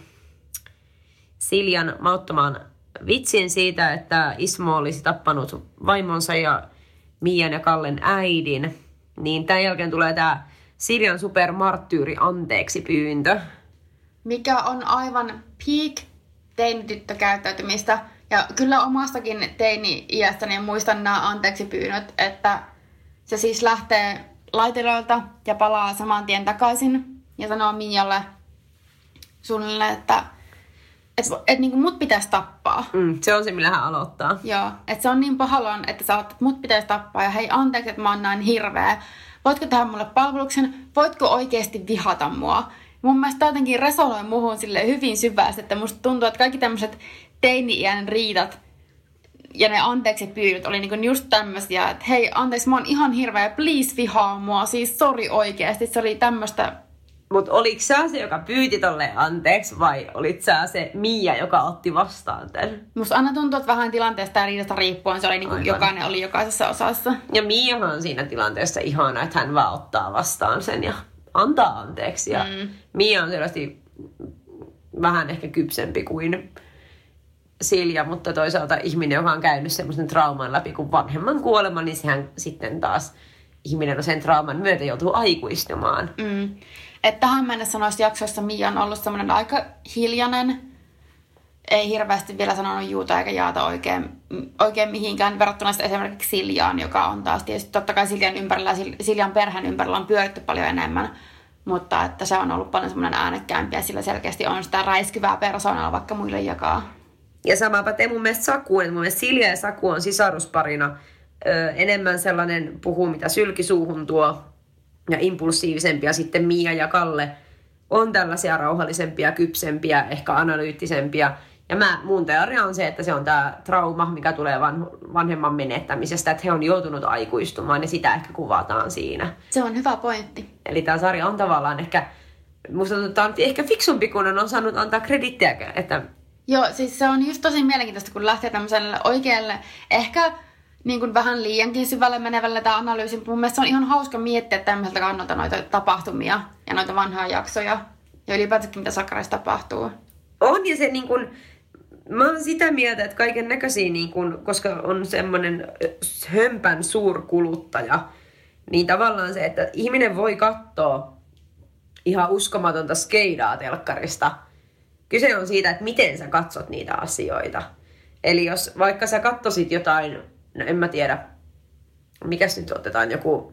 Siljan mauttomaan vitsin siitä, että Ismo olisi tappanut vaimonsa ja Mian ja Kallen äidin, niin tämän jälkeen tulee tämä Siljan supermarttyyri anteeksi pyyntö. Mikä on aivan peak teinityttökäyttäytymistä. Ja kyllä omastakin teini-iästäni muistan nämä anteeksi pyynnöt, että se siis lähtee laitiloilta ja palaa saman tien takaisin ja sanoo Mialle suunnilleen, että et, et niinku mut pitäisi tappaa. Mm, se on se, millä hän aloittaa. Joo, että se on niin pahallaan, että sä oot, että mut pitäisi tappaa ja hei anteeksi, että mä oon näin hirveä. Voitko tehdä mulle palveluksen? Voitko oikeasti vihata mua? Mun mielestä tämä jotenkin resonoi muuhun sille hyvin syvästi, että musta tuntuu, että kaikki tämmöiset teini-iän riidat, ja ne anteeksi pyydyt oli niinku just tämmöisiä, että hei, anteeksi, mä oon ihan hirveä, please vihaa mua, siis sori oikeesti, se oli tämmöistä. Mutta oliko sä se, joka pyyti tolleen anteeksi, vai olit sä se Mia, joka otti vastaan tämän? Musta aina tuntuu, että vähän tilanteesta ja riidasta riippuen se oli niinku jokainen oli jokaisessa osassa. Ja Miahan on siinä tilanteessa ihana, että hän vaan ottaa vastaan sen ja antaa anteeksi. Ja mm. Mia on selvästi vähän ehkä kypsempi kuin Silja, mutta toisaalta ihminen, joka on käynyt semmoisen trauman läpi kuin vanhemman kuolema, niin sehän sitten taas ihminen on sen trauman myötä joutuu aikuistumaan. Mm. Että tähän mennessä noissa jaksoissa Mia on ollut semmoinen aika hiljainen, ei hirveästi vielä sanonut juuta eikä jaata oikein, oikein mihinkään, verrattuna sitten esimerkiksi Siljaan, joka on taas tietysti totta kai Siljan ympärillä, Siljan perheen ympärillä on pyöritty paljon enemmän, mutta että se on ollut paljon semmoinen äänekkäämpi ja sillä selkeästi on sitä räiskyvää persoonaa vaikka muille jakaa. Ja sama pätee mun mielestä Sakuun, että mun mielestä Silja ja Saku on sisarusparina ö, enemmän sellainen puhuu, mitä sylki suuhun tuo, ja impulsiivisempia. Sitten Mia ja Kalle on tällaisia rauhallisempia, kypsempiä, ehkä analyyttisempia. Ja mä, mun teoria on se, että se on tämä trauma, mikä tulee van, vanhemman menettämisestä, että he on joutunut aikuistumaan ja sitä ehkä kuvataan siinä. Se on hyvä pointti. Eli tämä sarja on tavallaan ehkä, musta tuntuu, että on ehkä fiksumpi, kun on osannut antaa kredittiä, että joo, siis se on just tosi mielenkiintoista, kun lähtee tämmöiselle oikealle, ehkä niin kuin vähän liiankin syvälle menevälle tämä analyysi. Mun mielestä se on ihan hauska miettiä tämmöiseltä kannalta noita tapahtumia ja noita vanhoja jaksoja. Ja ylipäätänsäkin, mitä Sakkarissa tapahtuu. On, ja se niin kuin, mä oon sitä mieltä, että kaiken näköisiä, niin kuin, koska on semmoinen hömpän suurkuluttaja, niin tavallaan se, että ihminen voi katsoa ihan uskomatonta skeidaa telkkarista. Kyse on siitä, että miten sä katsot niitä asioita. Eli jos vaikka sä katsoisit jotain, no en mä tiedä, mikäs nyt otetaan joku,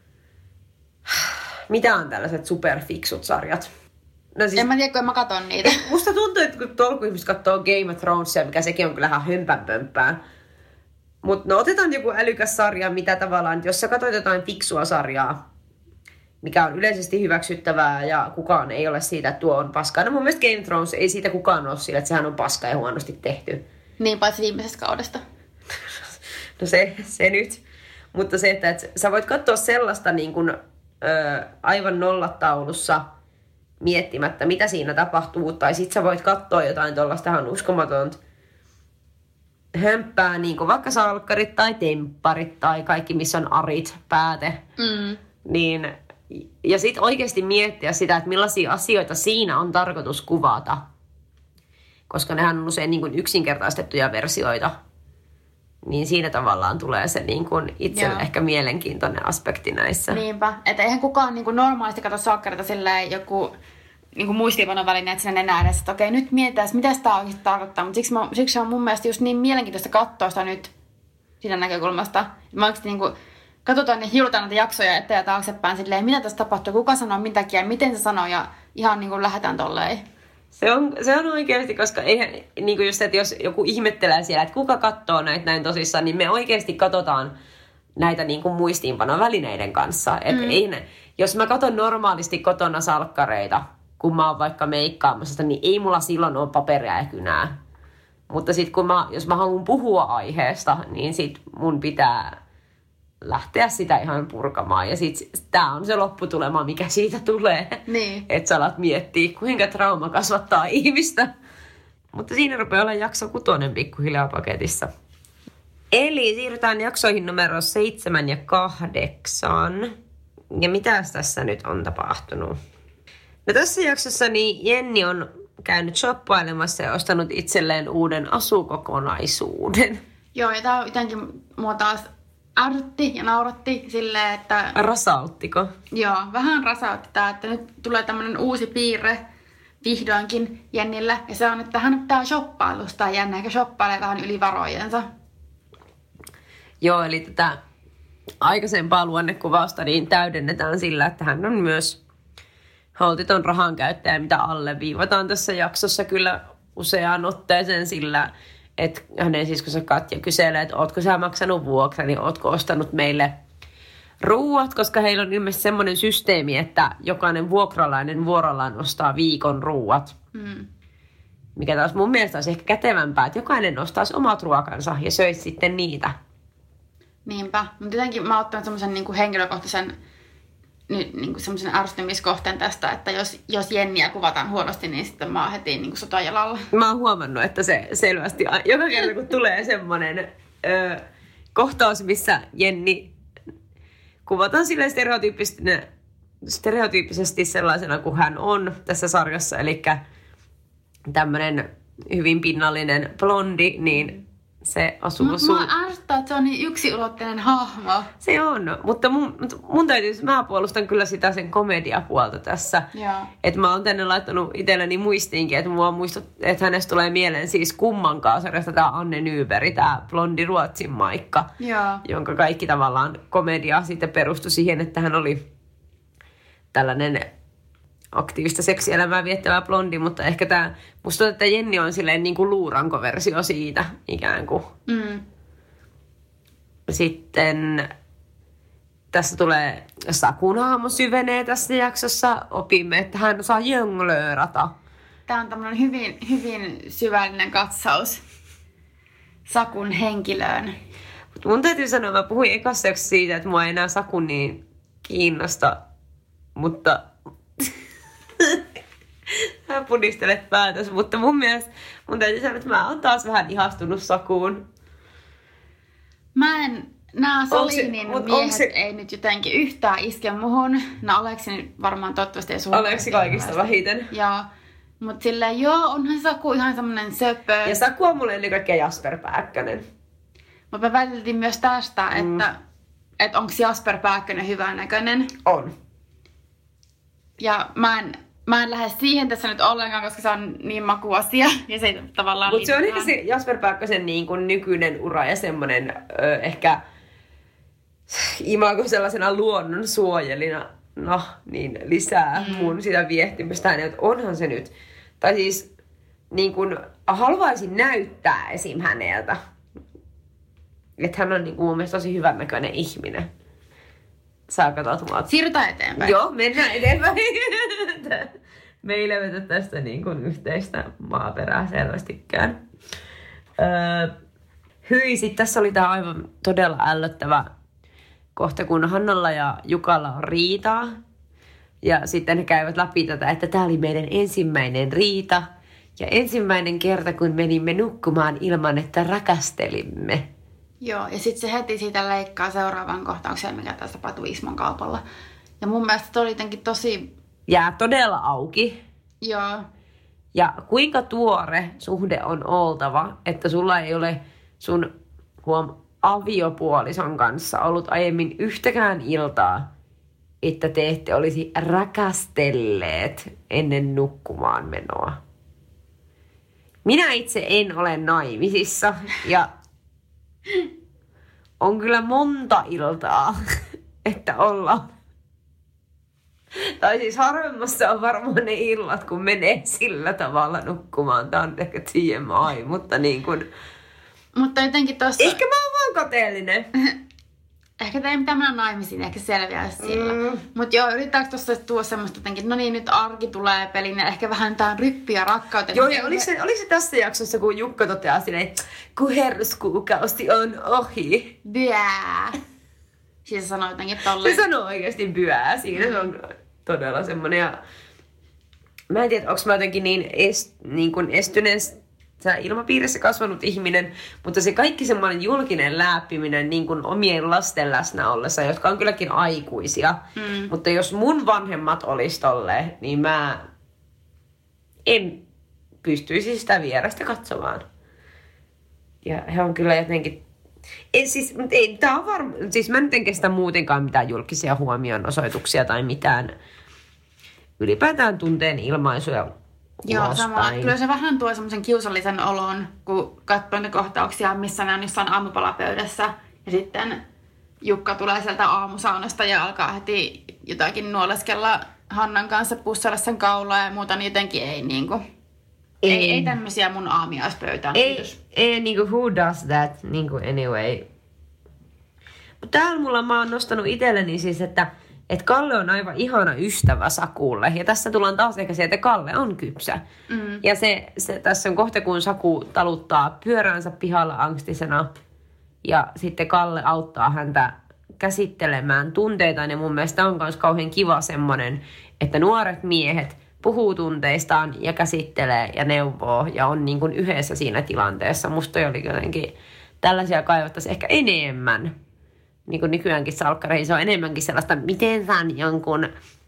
mitä on tällaiset superfiksut sarjat? No siis, en mä tiedä, kun mä katson niitä. Musta tuntuu, että kun tolku ihmiset katsoo Game of Thronesia, mikä sekin on kyllä ihan hömpänpömppää. Mutta no otetaan joku älykäs sarja, mitä tavallaan, että jos sä katsot jotain fiksua sarjaa, mikä on yleisesti hyväksyttävää ja kukaan ei ole siitä, että tuo on paskaa. No mun mielestä Game of Thrones ei siitä kukaan ole sillä, että sehän on paska ja huonosti tehty. Niin, paitsi viimeisestä kaudesta. No se, se nyt. Mutta se, että, että sä voit katsoa sellaista niin kuin, ö, aivan nollataulussa miettimättä, mitä siinä tapahtuu. Tai sit sä voit katsoa jotain tuollaista ihan uskomatonta hömppää, niin kuin vaikka salkkarit tai tempparit tai kaikki, missä on arit, pääte. Mm. Niin, ja sitten oikeasti miettiä sitä, että millaisia asioita siinä on tarkoitus kuvata. Koska nehän on usein niin kuin yksinkertaistettuja versioita. Niin siinä tavallaan tulee se niin kuin itselle Joo. ehkä mielenkiintoinen aspekti näissä. Niinpä. Että eihän kukaan niin kuin normaalisti katso salkkarita silleen joku niin kuin muistiinpanon välineet sinne nenään edessä, että okei, nyt mietitään, mitä tämä oikeasti tarkoittaa. Mutta siksi, mä, siksi on mun mielestä just niin mielenkiintoista katsoa sitä nyt siitä näkökulmasta. Mä oikeasti niin kuin katsotaan ja hiulutaan näitä jaksoja eteen ja taaksepäin silleen, mitä tässä tapahtuu, kuka sanoo mitäkin ja miten se sanoo ja ihan niin kuin lähdetään tolleen. Se on, se on oikeasti, koska eihän, niin kuin just, että jos joku ihmettelee siellä, että kuka katsoo näitä näin tosissaan, niin me oikeasti katsotaan näitä niin kuin muistiinpanon välineiden kanssa. Että mm. eihän, jos mä katson normaalisti kotona salkkareita, kun mä oon vaikka meikkaamassa, niin ei mulla silloin ole paperia ja kynää. Mutta sitten kun mä, jos mä haluan puhua aiheesta, niin sit mun pitää lähteä sitä ihan purkamaan. Ja sit tää on se lopputulema, mikä siitä tulee. Niin. Että sä alat miettiä, kuinka trauma kasvattaa ihmistä. Mutta siinä rupeaa olla jakso kutonen pikkuhiljaa paketissa. Eli siirrytään jaksoihin numero seitsemän ja kahdeksan. Ja mitäs tässä nyt on tapahtunut? No tässä jaksossa niin Jenni on käynyt shoppailemassa ja ostanut itselleen uuden asukokonaisuuden. Joo, ja tää jotenkin mua taas ärsytti ja nauratti silleen, että rasauttiko? Joo, vähän rasautti tää, että nyt tulee tämmönen uusi piirre vihdoinkin Jennille. Ja se on, että hän nyt tää shoppailusta ja jännä, eikä shoppailee vähän yli varojensa. Joo, eli tätä aikaisempaa luonnekuvausta niin täydennetään sillä, että hän on myös holtiton rahan käyttäjä, mitä alleviivataan tässä jaksossa kyllä useaan otteeseen sillä, että hänen siskonsa Katja kyselee, että ootko sä maksanut vuokra, niin ootko ostanut meille ruuat, koska heillä on ilmeisesti semmoinen systeemi, että jokainen vuokralainen vuorollaan ostaa viikon ruuat. Mm. mikä taas mun mielestä olisi ehkä kätevämpää, että jokainen ostaisi omat ruokansa ja söisi sitten niitä. Niinpä. Mutta jotenkin mä oon ottanut semmoisen niin kuin henkilökohtaisen nyt niin kuin semmoisen ärsytymiskohteen tästä, että jos, jos Jenniä kuvataan huonosti, niin sitten mä oon heti niin kuin sotajalalla. Mä oon huomannut, että se selvästi, joka kerta kun tulee semmoinen ö, kohtaus, missä Jenni kuvataan silleen stereotyyppisesti sellaisena kuin hän on tässä sarjassa, eli tämmöinen hyvin pinnallinen blondi, niin se osuu Mut sun... Mua ärsyttää, että se on niin yksiulotteinen hahmo. Se on, mutta mun, mun täytyy, mä puolustan kyllä sitä sen komediapuolta tässä. Että mä oon tänne laittanut itselleni muistiinkin, että mua muistut, että hänestä tulee mieleen siis kummankaan sarjasta tää Anne Nyberg, tää blondi Ruotsin Maikka, Joo. jonka kaikki tavallaan komedia sitten perustui siihen, että hän oli tällainen aktiivista seksielämää viettävä blondi, mutta ehkä tämä, musta tuntuu, että Jenni on silleen niin kuin luuranko-versio siitä ikään kuin. Mm. Sitten tässä tulee Sakun hahmo syvenee tässä jaksossa. Opimme, että hän osaa jonglöörata. Tämä on tämmöinen hyvin, hyvin syvällinen katsaus Sakun henkilöön. Mut mun täytyy sanoa, mä puhuin ekassa jaksossa siitä, että mua ei enää Saku niin kiinnosta, mutta mä pudistelet päätös, mutta mun mielestä mun täytyy sanoa, että mä oon taas vähän ihastunut Sakuun. Mä en, nää Salinin se, miehet se... ei nyt jotenkin yhtään iske muhun. No Aleksi nyt varmaan toivottavasti ei suhun. Aleksi kaikista vähiten. Joo. Mut silleen joo, onhan Saku ihan semmonen söpö. Ja Saku on mulle ennen kaikkea Jasper Pääkkönen. Mutta me väliteltiin myös tästä, mm. että et onko Jasper Pääkkönen hyvän näköinen. On. Ja mä en, mä en lähde siihen tässä nyt ollenkaan, koska se on niin makuasia. Ja se ei tavallaan Mutta se on ehkä se Jasper Pääkkösen niin kuin nykyinen ura ja semmoinen ö, ehkä imago sellaisena luonnonsuojelina, no, niin lisää mm. mun sitä viehtimistä. Että onhan se nyt, tai siis niin kuin haluaisin näyttää esim. Häneltä. Että hän on niin kuin mun mielestä tosi hyvän näköinen ihminen. Saa katsoa. Siirrytään eteenpäin. Joo, mennään eteenpäin. Me ei levetä tästä niin kuin yhteistä maaperää selvästikään. Öö, hyi, sit tässä oli tää aivan todella ällöttävä kohta, kun Hannalla ja Jukalla on riitaa. Ja sitten he käyvät läpi tätä, että tää oli meidän ensimmäinen riita. Ja ensimmäinen kerta, kun menimme nukkumaan ilman, että rakastelimme. Joo, ja sitten se heti siitä leikkaa seuraavan kohtauksen, mikä tässä tapahtui Ismon kaupalla. Ja mun mielestä se oli jotenkin tosi... Jää todella auki. Joo. Ja kuinka tuore suhde on oltava, että sulla ei ole sun huom, aviopuolison kanssa ollut aiemmin yhtäkään iltaa, että te ette olisi rakastelleet ennen nukkumaan menoa. Minä itse en ole naimisissa ja on kyllä monta iltaa, että ollaan. Tai siis harvemmassa on varmaan ne illat, kun menee sillä tavalla nukkumaan. Tämä on ehkä T M I, mutta niin kuin... Mutta jotenkin tossa... Ehkä mä oon vaan kateellinen. Ehkä teidän pitää mennä naimisiin, ehkä selviää sillä. Mm. Mutta joo, yrittääkö tuossa tuoda semmoista jotenkin, no niin, nyt arki tulee peliin ja ehkä vähän tää ryppiä rakkautta. Joo, ja oliko se, oliko se tässä jaksossa, kun Jukka toteaa silleen, kun herruskuukausi on ohi. Byää. Siis se sanoo jotenkin tolleen. Se sanoo oikeasti byää. Siinä mm. se on todella semmonen. Ja... Mä en tiedä, onko mä jotenkin niin, est, niin kuin estyneen ilmapiirissä kasvanut ihminen, mutta se kaikki semmoinen julkinen läppiminen niin kuin omien lasten läsnä ollessa, jotka on kylläkin aikuisia. Mm. Mutta jos mun vanhemmat olis tolleen, niin mä en pystyisi sitä vierestä katsomaan. Ja he on kyllä jotenkin... Ei, siis, ei, tää on varma... siis mä nyt en kestä muutenkaan mitään julkisia huomionosoituksia tai mitään ylipäätään tunteen ilmaisuja. Joo, sama. Kyllä se vähän tuo semmoisen kiusallisen olon, kun katsoo niitä kohtauksia, missä ne on jossain aamupalapöydässä. Ja sitten Jukka tulee sieltä aamusaunasta ja alkaa heti jotakin nuoleskella Hannan kanssa, pussata sen kaulaa ja muuta, niin jotenkin ei niinku... Ei, ei, ei tämmöisiä mun aamiaispöytään. Ei, ei niinku who does that, niinku anyway. Mutta täällä mulla mä oon nostanut itselleni siis, että että Kalle on aivan ihana ystävä Sakulle. Ja tässä tullaan taas ehkä siihen, että Kalle on kypsä. Mm. Ja se, se, tässä on kohta, kun Saku taluttaa pyöränsä pihalla angstisena. Ja sitten Kalle auttaa häntä käsittelemään tunteitaan. Ja mun mielestä on myös kauhean kiva semmoinen, että nuoret miehet puhuu tunteistaan ja käsittelee ja neuvoo. Ja on niin kuin yhdessä siinä tilanteessa. Musta oli jotenkin tällaisia kaivattaisiin ehkä enemmän. Niin kuin nykyäänkin salkkareihin, se on enemmänkin sellaista, miten saan jonkun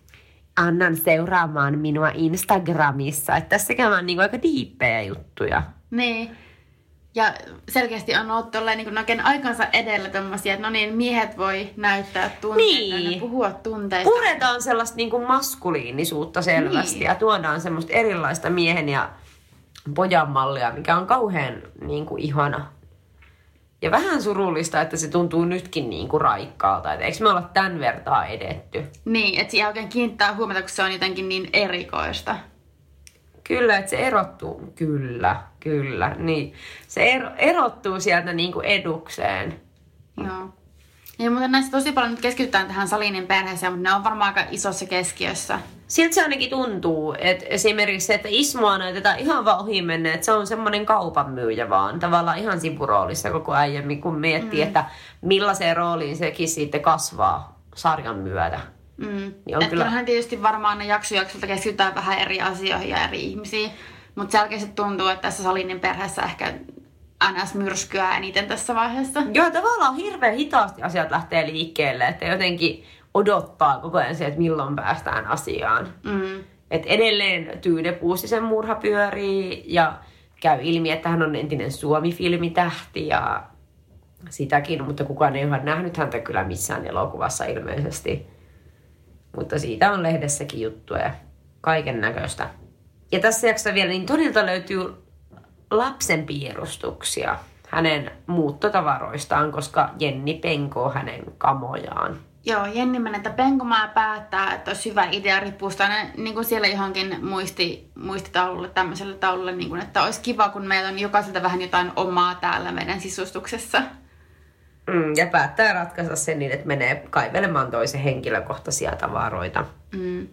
annan seuraamaan minua Instagramissa. Että tässä käydään niin kuin aika diippejä juttuja. Niin. Ja selkeästi on ollut tolleen niin kuin oikein aikansa edellä tommosia, että no niin, miehet voi näyttää tunteita niin. Ja puhua tunteista. Puretaan sellaista niin kuin maskuliinisuutta selvästi niin. Ja tuodaan semmoista erilaista miehen ja pojan mallia, mikä on kauhean niin kuin ihana. Ja vähän surullista, että se tuntuu nytkin niin kuin raikkaalta. Että eikö me olla tämän vertaa edetty? Niin, että siihen oikein kiinnittää huomiota, kun se on jotenkin niin erikoista. Kyllä, että se erottuu. Kyllä, kyllä. Niin. Se ero, erottuu sieltä niin kuin edukseen. Joo. Ja mutta näissä tosi paljon nyt keskitytään tähän Salinin perheeseen, mutta ne on varmaan aika isossa keskiössä. Siltä se ainakin tuntuu, että esimerkiksi se, että Ismoa näytetään ihan vaan ohi mennä, että se on semmoinen kaupan myyjä vaan, tavallaan ihan sivuroolissa koko ajan, kun miettii, mm. että millaiseen rooliin sekin sitten kasvaa sarjan myötä. Mm. Niin on kyllä... Kyllähän tietysti varmaan ne jaksojaksolta keskitytään vähän eri asioihin ja eri ihmisiin, mutta selkeästi tuntuu, että tässä Salinin perheessä ehkä N S-myrskyä eniten tässä vaiheessa. Joo, tavallaan hirveän hitaasti asiat lähtee liikkeelle, että jotenkin odottaa koko ajan se, että milloin päästään asiaan. Mm. Et edelleen Tyyne Puustisen murha pyörii ja käy ilmi, että hän on entinen Suomi-filmitähti ja sitäkin, mutta kukaan ei ole nähnyt häntä kyllä missään elokuvassa ilmeisesti. Mutta siitä on lehdessäkin juttuja ja kaiken näköistä. Ja tässä jaksossa vielä, niin Tonilta löytyy lapsen piirustuksia hänen muuttotavaroistaan, koska Jenni penkoo hänen kamojaan. Joo, Jenni menee, että penkomaan päättää, että olisi hyvä idea ripustaa ne niin kuin siellä johonkin muisti, muistitaululle, tämmöiselle taululle, niin kuin, että olisi kiva, kun meillä on jokaiselta vähän jotain omaa täällä meidän sisustuksessa. Mm, ja päättää ratkaista sen niin, että menee kaivelemaan toisen henkilökohtaisia tavaroita. Mm.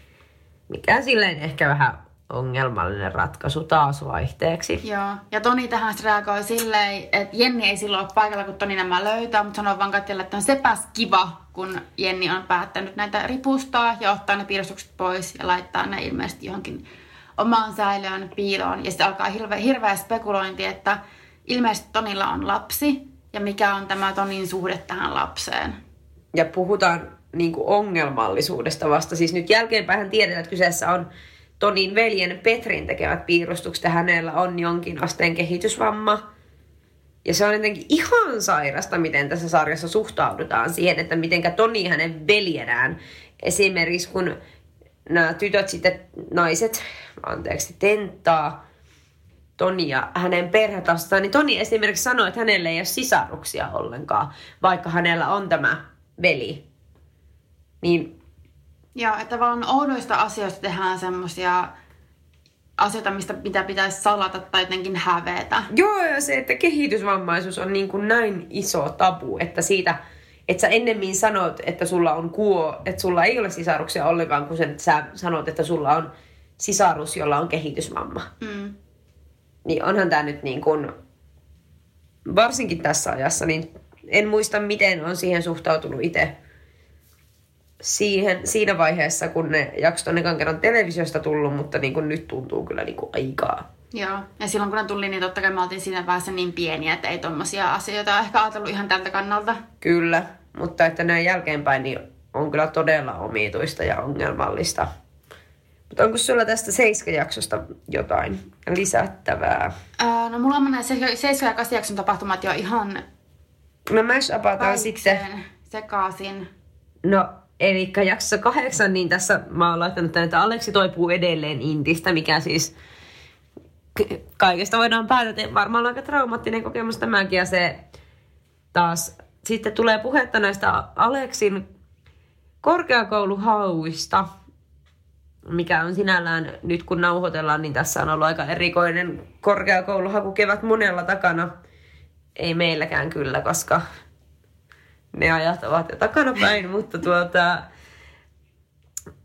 Mikä silleen ehkä vähän ongelmallinen ratkaisu taas vaihteeksi. Joo, ja Toni tähän reagoi silleen, että Jenni ei silloin ole paikalla, kun Toni nämä löytää, mutta sanoo vaan Katjalle, että on sepäs kiva, kun Jenni on päättänyt näitä ripustaa ja ottaa ne piirustukset pois ja laittaa ne ilmeisesti johonkin omaan säilöön piiloon. Ja sitten alkaa hirveä, hirveä spekulointi, että ilmeisesti Tonilla on lapsi ja mikä on tämä Tonin suhde tähän lapseen. Ja puhutaan niin kuin ongelmallisuudesta vasta. Siis nyt jälkeenpäin tiedetään, että kyseessä on Tonin veljen Petrin tekevät piirustukset ja hänellä on jonkin asteen kehitysvamma. Ja se on jotenkin ihan sairasta, miten tässä sarjassa suhtaudutaan siihen, että mitenkä Toni hänen veljenään, esimerkiksi kun nämä tytöt sitten, naiset, anteeksi, tenttaa Tonia hänen perhetastaan, niin Toni esimerkiksi sanoi, että hänellä ei ole sisaruksia ollenkaan, vaikka hänellä on tämä veli. Niin joo, että tavallaan oudoista asioista tehdään semmoisia asioita, mistä mitä pitäisi salata tai jotenkin hävetä. Joo, ja se, että kehitysvammaisuus on niin kuin näin iso tabu, että siitä, että sä ennemmin sanot, että sulla on kuo, että sulla ei ole sisaruksia ollenkaan, kun sen, sä sanot, että sulla on sisarus, jolla on kehitysvamma. Mm. Niin onhan tää nyt niin kuin, varsinkin tässä ajassa, niin en muista, miten on siihen suhtautunut itse. Siihen, siinä vaiheessa, kun ne jaksot on ekan kerran televisiosta tullut, mutta niin kuin nyt tuntuu kyllä niin kuin aikaa. Joo, ja silloin kun ne tuli, niin totta kai me oltiin siinä vaiheessa niin pieniä, että ei tommosia asioita ehkä ajatellut ihan tältä kannalta. Kyllä, mutta että näin jälkeenpäin niin on kyllä todella omituista ja ongelmallista. Mutta onko sulla tästä seiska-jaksosta jotain lisättävää? Öö, no mulla on nämä seiska- ja kahdeksan jakson tapahtumat jo ihan no mashupataan sitten sekaisin. No eli jaksossa kahdeksan, niin tässä mä oon laittanut tänne, että Aleksi toipuu edelleen intistä, mikä siis kaikesta voidaan päätä, että varmaan aika traumaattinen kokemus tämäkin. Ja se taas sitten tulee puhetta näistä Aleksin korkeakouluhauista, mikä on sinällään, nyt kun nauhoitellaan, niin tässä on ollut aika erikoinen korkeakouluhaku kevät monella takana. Ei meilläkään kyllä, koska ne ajat ovat jo takana päin, mutta tuota,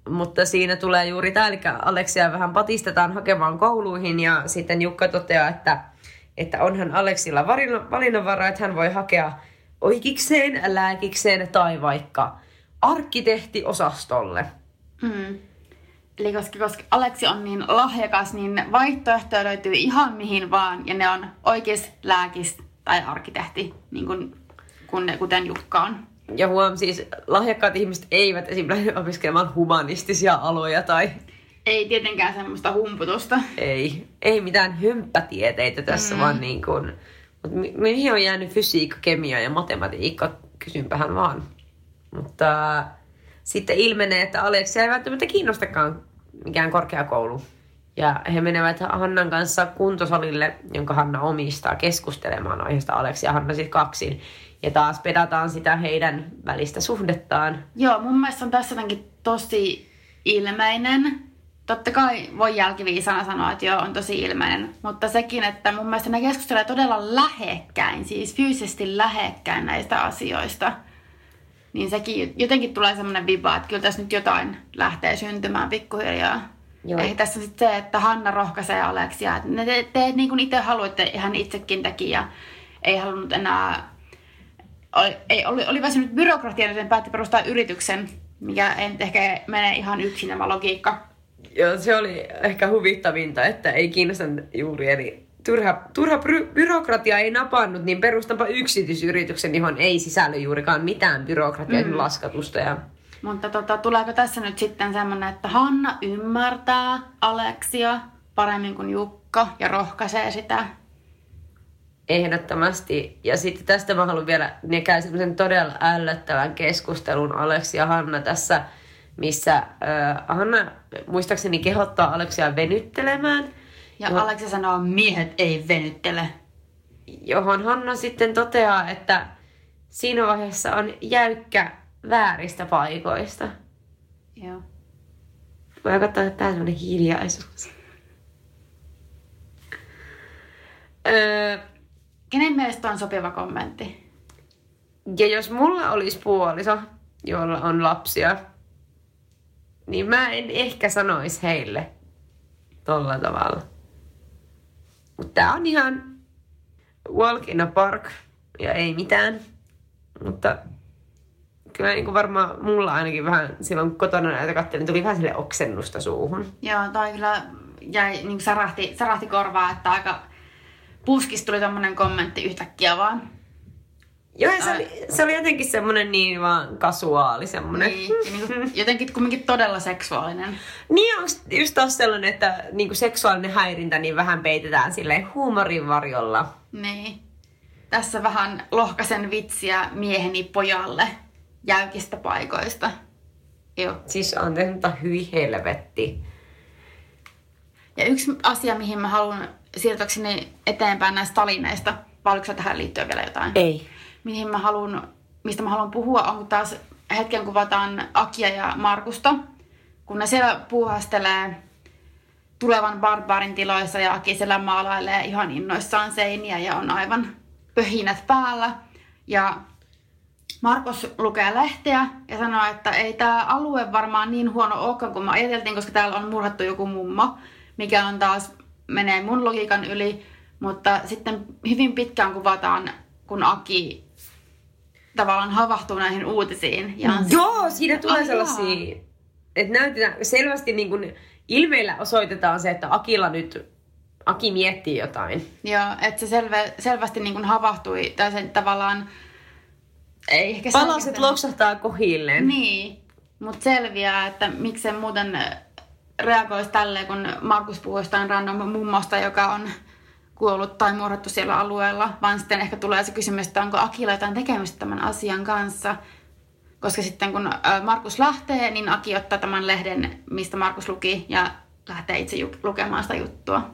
mutta siinä tulee juuri tämä, eli Aleksia vähän patistetaan hakemaan kouluihin ja sitten Jukka toteaa, että, että onhan Aleksilla valinnanvaraa, että hän voi hakea oikeikseen, lääkikseen tai vaikka arkkitehtiosastolle. Mm. Eli koska, koska Aleksi on niin lahjakas, niin vaihtoehtoja löytyy ihan mihin vaan, ja ne on oikeis, lääkis tai arkkitehti, niin kuin, kuten Jukka on. Ja huom, siis lahjakkaat ihmiset eivät esimerkiksi opiskelemaan humanistisia aloja tai... Ei tietenkään semmoista humputusta. Ei, ei mitään hömppätieteitä tässä, mm. vaan niin kuin... Mutta mihin on jäänyt fysiikka, kemia ja matematiikka? Kysynpähän vaan. Mutta äh, sitten ilmenee, että Aleksia ei välttämättä kiinnostakaan mikään korkeakoulu. Ja he menevät Hannan kanssa kuntosalille, jonka Hanna omistaa, keskustelemaan aiheesta Aleksia ja Hanna sitten kaksin. Ja taas pedataan sitä heidän välistä suhdettaan. Joo, mun mielestä on tässä jotenkin tosi ilmeinen. Totta kai voi jälkiviisana sanoa, että joo, on tosi ilmeinen. Mutta sekin, että mun mielestä ne keskustelee todella lähekkäin, siis fyysisesti lähekkäin näistä asioista. Niin sekin jotenkin tulee semmoinen viba, että kyllä tässä nyt jotain lähtee syntymään pikkuhiljaa. Joo. Eli tässä on sitten se, että Hanna rohkaisee Aleksia, että ne te, te niin kuin itse haluatte, hän itsekin teki ja ei halunnut enää... Oli, ei, oli, oli väsynyt byrokratian, joten päätti perustaa yrityksen, mikä ei nyt ehkä mene ihan yksin tämä logiikka. Joo, se oli ehkä huvittavinta, että ei kiinnostanut juuri, eli turha, turha by- byrokratia ei napannut, niin perustanpa yksityisyrityksen, johon ei sisälly juurikaan mitään byrokratian mm. laskatusta. Ja... Mutta tota, tuleeko tässä nyt sitten semmoinen, että Hanna ymmärtää Aleksia paremmin kuin Jukka ja rohkaisee sitä? Ehdottomasti. Ja sitten tästä mä haluan vielä, ne käy semmoisen todella ällöttävän keskustelun Aleksi ja Hanna tässä, missä äh, Hanna muistaakseni kehottaa Aleksia venyttelemään. Ja johon, Aleksi sanoo, miehet ei venyttele. Johon Hanna sitten toteaa, että siinä vaiheessa on jäykkä vääristä paikoista. Joo. Voidaan katsoa, että tää on semmoinen hiljaisuus. öö, Kenen mielestä on sopiva kommentti? Ja jos mulla olisi puoliso, jolla on lapsia, niin mä en ehkä sanoisi heille tolla tavalla. Mutta tää on ihan walk in a park ja ei mitään. Mutta kyllä niin kuin varmaan mulla ainakin vähän silloin kotona näitä katselin, niin tuli vähän sille oksennusta suuhun. Joo, toi kyllä jäi, niin kuin sarahti, sarahti korvaa, että aika puskista tuli tommonen kommentti yhtäkkiä vaan. Joo, se oli, se oli jotenkin semmonen niin vaan kasuaali semmonen. Niin, niin kuin, jotenkin kumminkin todella seksuaalinen. Niin, onko just taas sellainen, että niin kuin seksuaalinen häirintä niin vähän peitetään silleen huumorin varjolla. Niin. Tässä vähän lohkaisen vitsiä mieheni pojalle jäykistä paikoista. Joo. Siis on tehnyt hyi helvetti. Ja yksi asia, mihin mä haluan siirtokseni eteenpäin näistä talineista, vai oliko tähän liittyen vielä jotain? Ei. Mihin mä haluan, mistä mä haluan puhua, on taas hetken kuvataan Akia ja Markusta, kun ne siellä puuhastelee tulevan barbaarin tiloissa ja Aki siellä maalailee ihan innoissaan seiniä ja on aivan pöhinät päällä. Ja Markus lukee lehteä ja sanoo, että ei tämä alue varmaan niin huono olekaan kuin mä ajateltiin, koska täällä on murhattu joku mummo, mikä on taas menee mun logiikan yli, mutta sitten hyvin pitkään kuvataan, kun Aki tavallaan havahtuu näihin uutisiin. Ja joo, siinä tulee oh, sellaisia, että näytetään selvästi niin kuin ilmeillä osoitetaan se, että Akilla nyt, Aki miettii jotain. Joo, että se selve, selvästi niin kuin havahtui, tai se tavallaan ei ehkä palaset loksahtaa kohilleen. Niin, mutta selviää, että miksei muuten reagoisi tälleen, kun Markus puhuu jostain random mummosta, joka on kuollut tai murhattu siellä alueella, vaan sitten ehkä tulee se kysymys, että onko Akilla jotain tekemistä tämän asian kanssa. Koska sitten kun Markus lähtee, niin Aki ottaa tämän lehden, mistä Markus luki, ja lähtee itse lukemaan sitä juttua.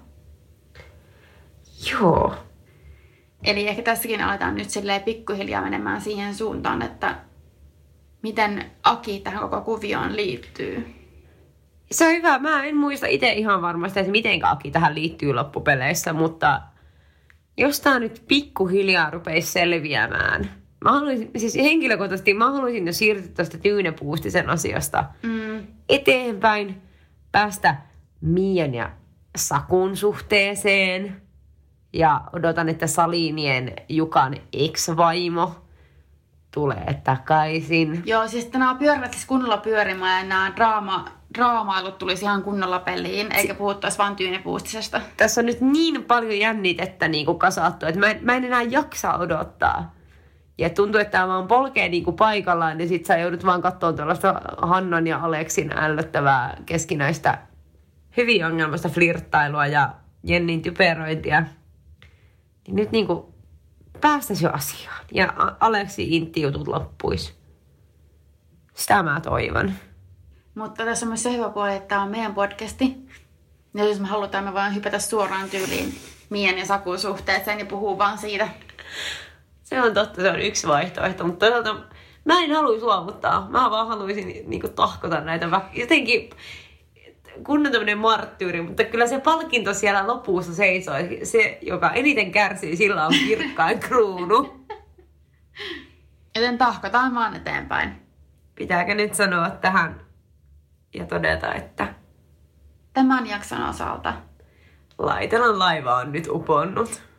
Joo. Eli ehkä tässäkin aletaan nyt silleen pikkuhiljaa menemään siihen suuntaan, että miten Aki tähän koko kuvioon liittyy. Se on hyvä. Mä en muista itse ihan varmasti, että miten Aki tähän liittyy loppupeleissä, mutta jos tää nyt pikkuhiljaa rupeisi selviämään, Mä haluaisin, siis henkilökohtaisesti mä haluaisin jo siirtyä tuosta Tyyne Puustisen asiasta mm. eteenpäin, päästä Mian ja Sakun suhteeseen. Ja odotan, että Salinien Jukan ex-vaimo tulee takaisin. Joo, siis nämä pyörivät siis kunnolla pyörimään ja nämä draama, draamailut tulisi ihan kunnolla peliin, eikä puhuttaisi vaan Tyyne Puustisesta. Tässä on nyt niin paljon jännitettä niin kuin kasattu, että mä en, mä en enää jaksa odottaa. Ja tuntuu, että tämä vaan polkee niin kuin paikallaan, niin sit sä joudut vaan katsomaan tuollaista Hannan ja Aleksin ällöttävää keskinäistä hyvin ongelmasta flirttailua ja Jennin typeröintiä. Niin nyt niin kuin päästäisiin jo asiaan. Ja Aleksi intti-jutut loppuisi. Sitä mä toivon. Mutta tässä on myös se hyvä puoli, että tämä on meidän podcasti. Ja jos me halutaan, me vaan hypätä suoraan tyyliin Mian ja Sakun suhteeseen ja puhuu vaan siitä. Se on totta, se on yksi vaihtoehto. Mutta toisaalta mä en haluaisi luovuttaa. Mä vaan haluaisin niin kuin tahkota näitä vä- jotenkin kunnon tämmöinen marttyyri, mutta kyllä se palkinto siellä lopussa seisoo. Se, joka eniten kärsii, sillä on kirkkain kruunu. Joten tahkotaan vaan eteenpäin. Pitääkö nyt sanoa tähän ja todeta, että tämän jakson osalta Laitelan laiva on nyt uponnut.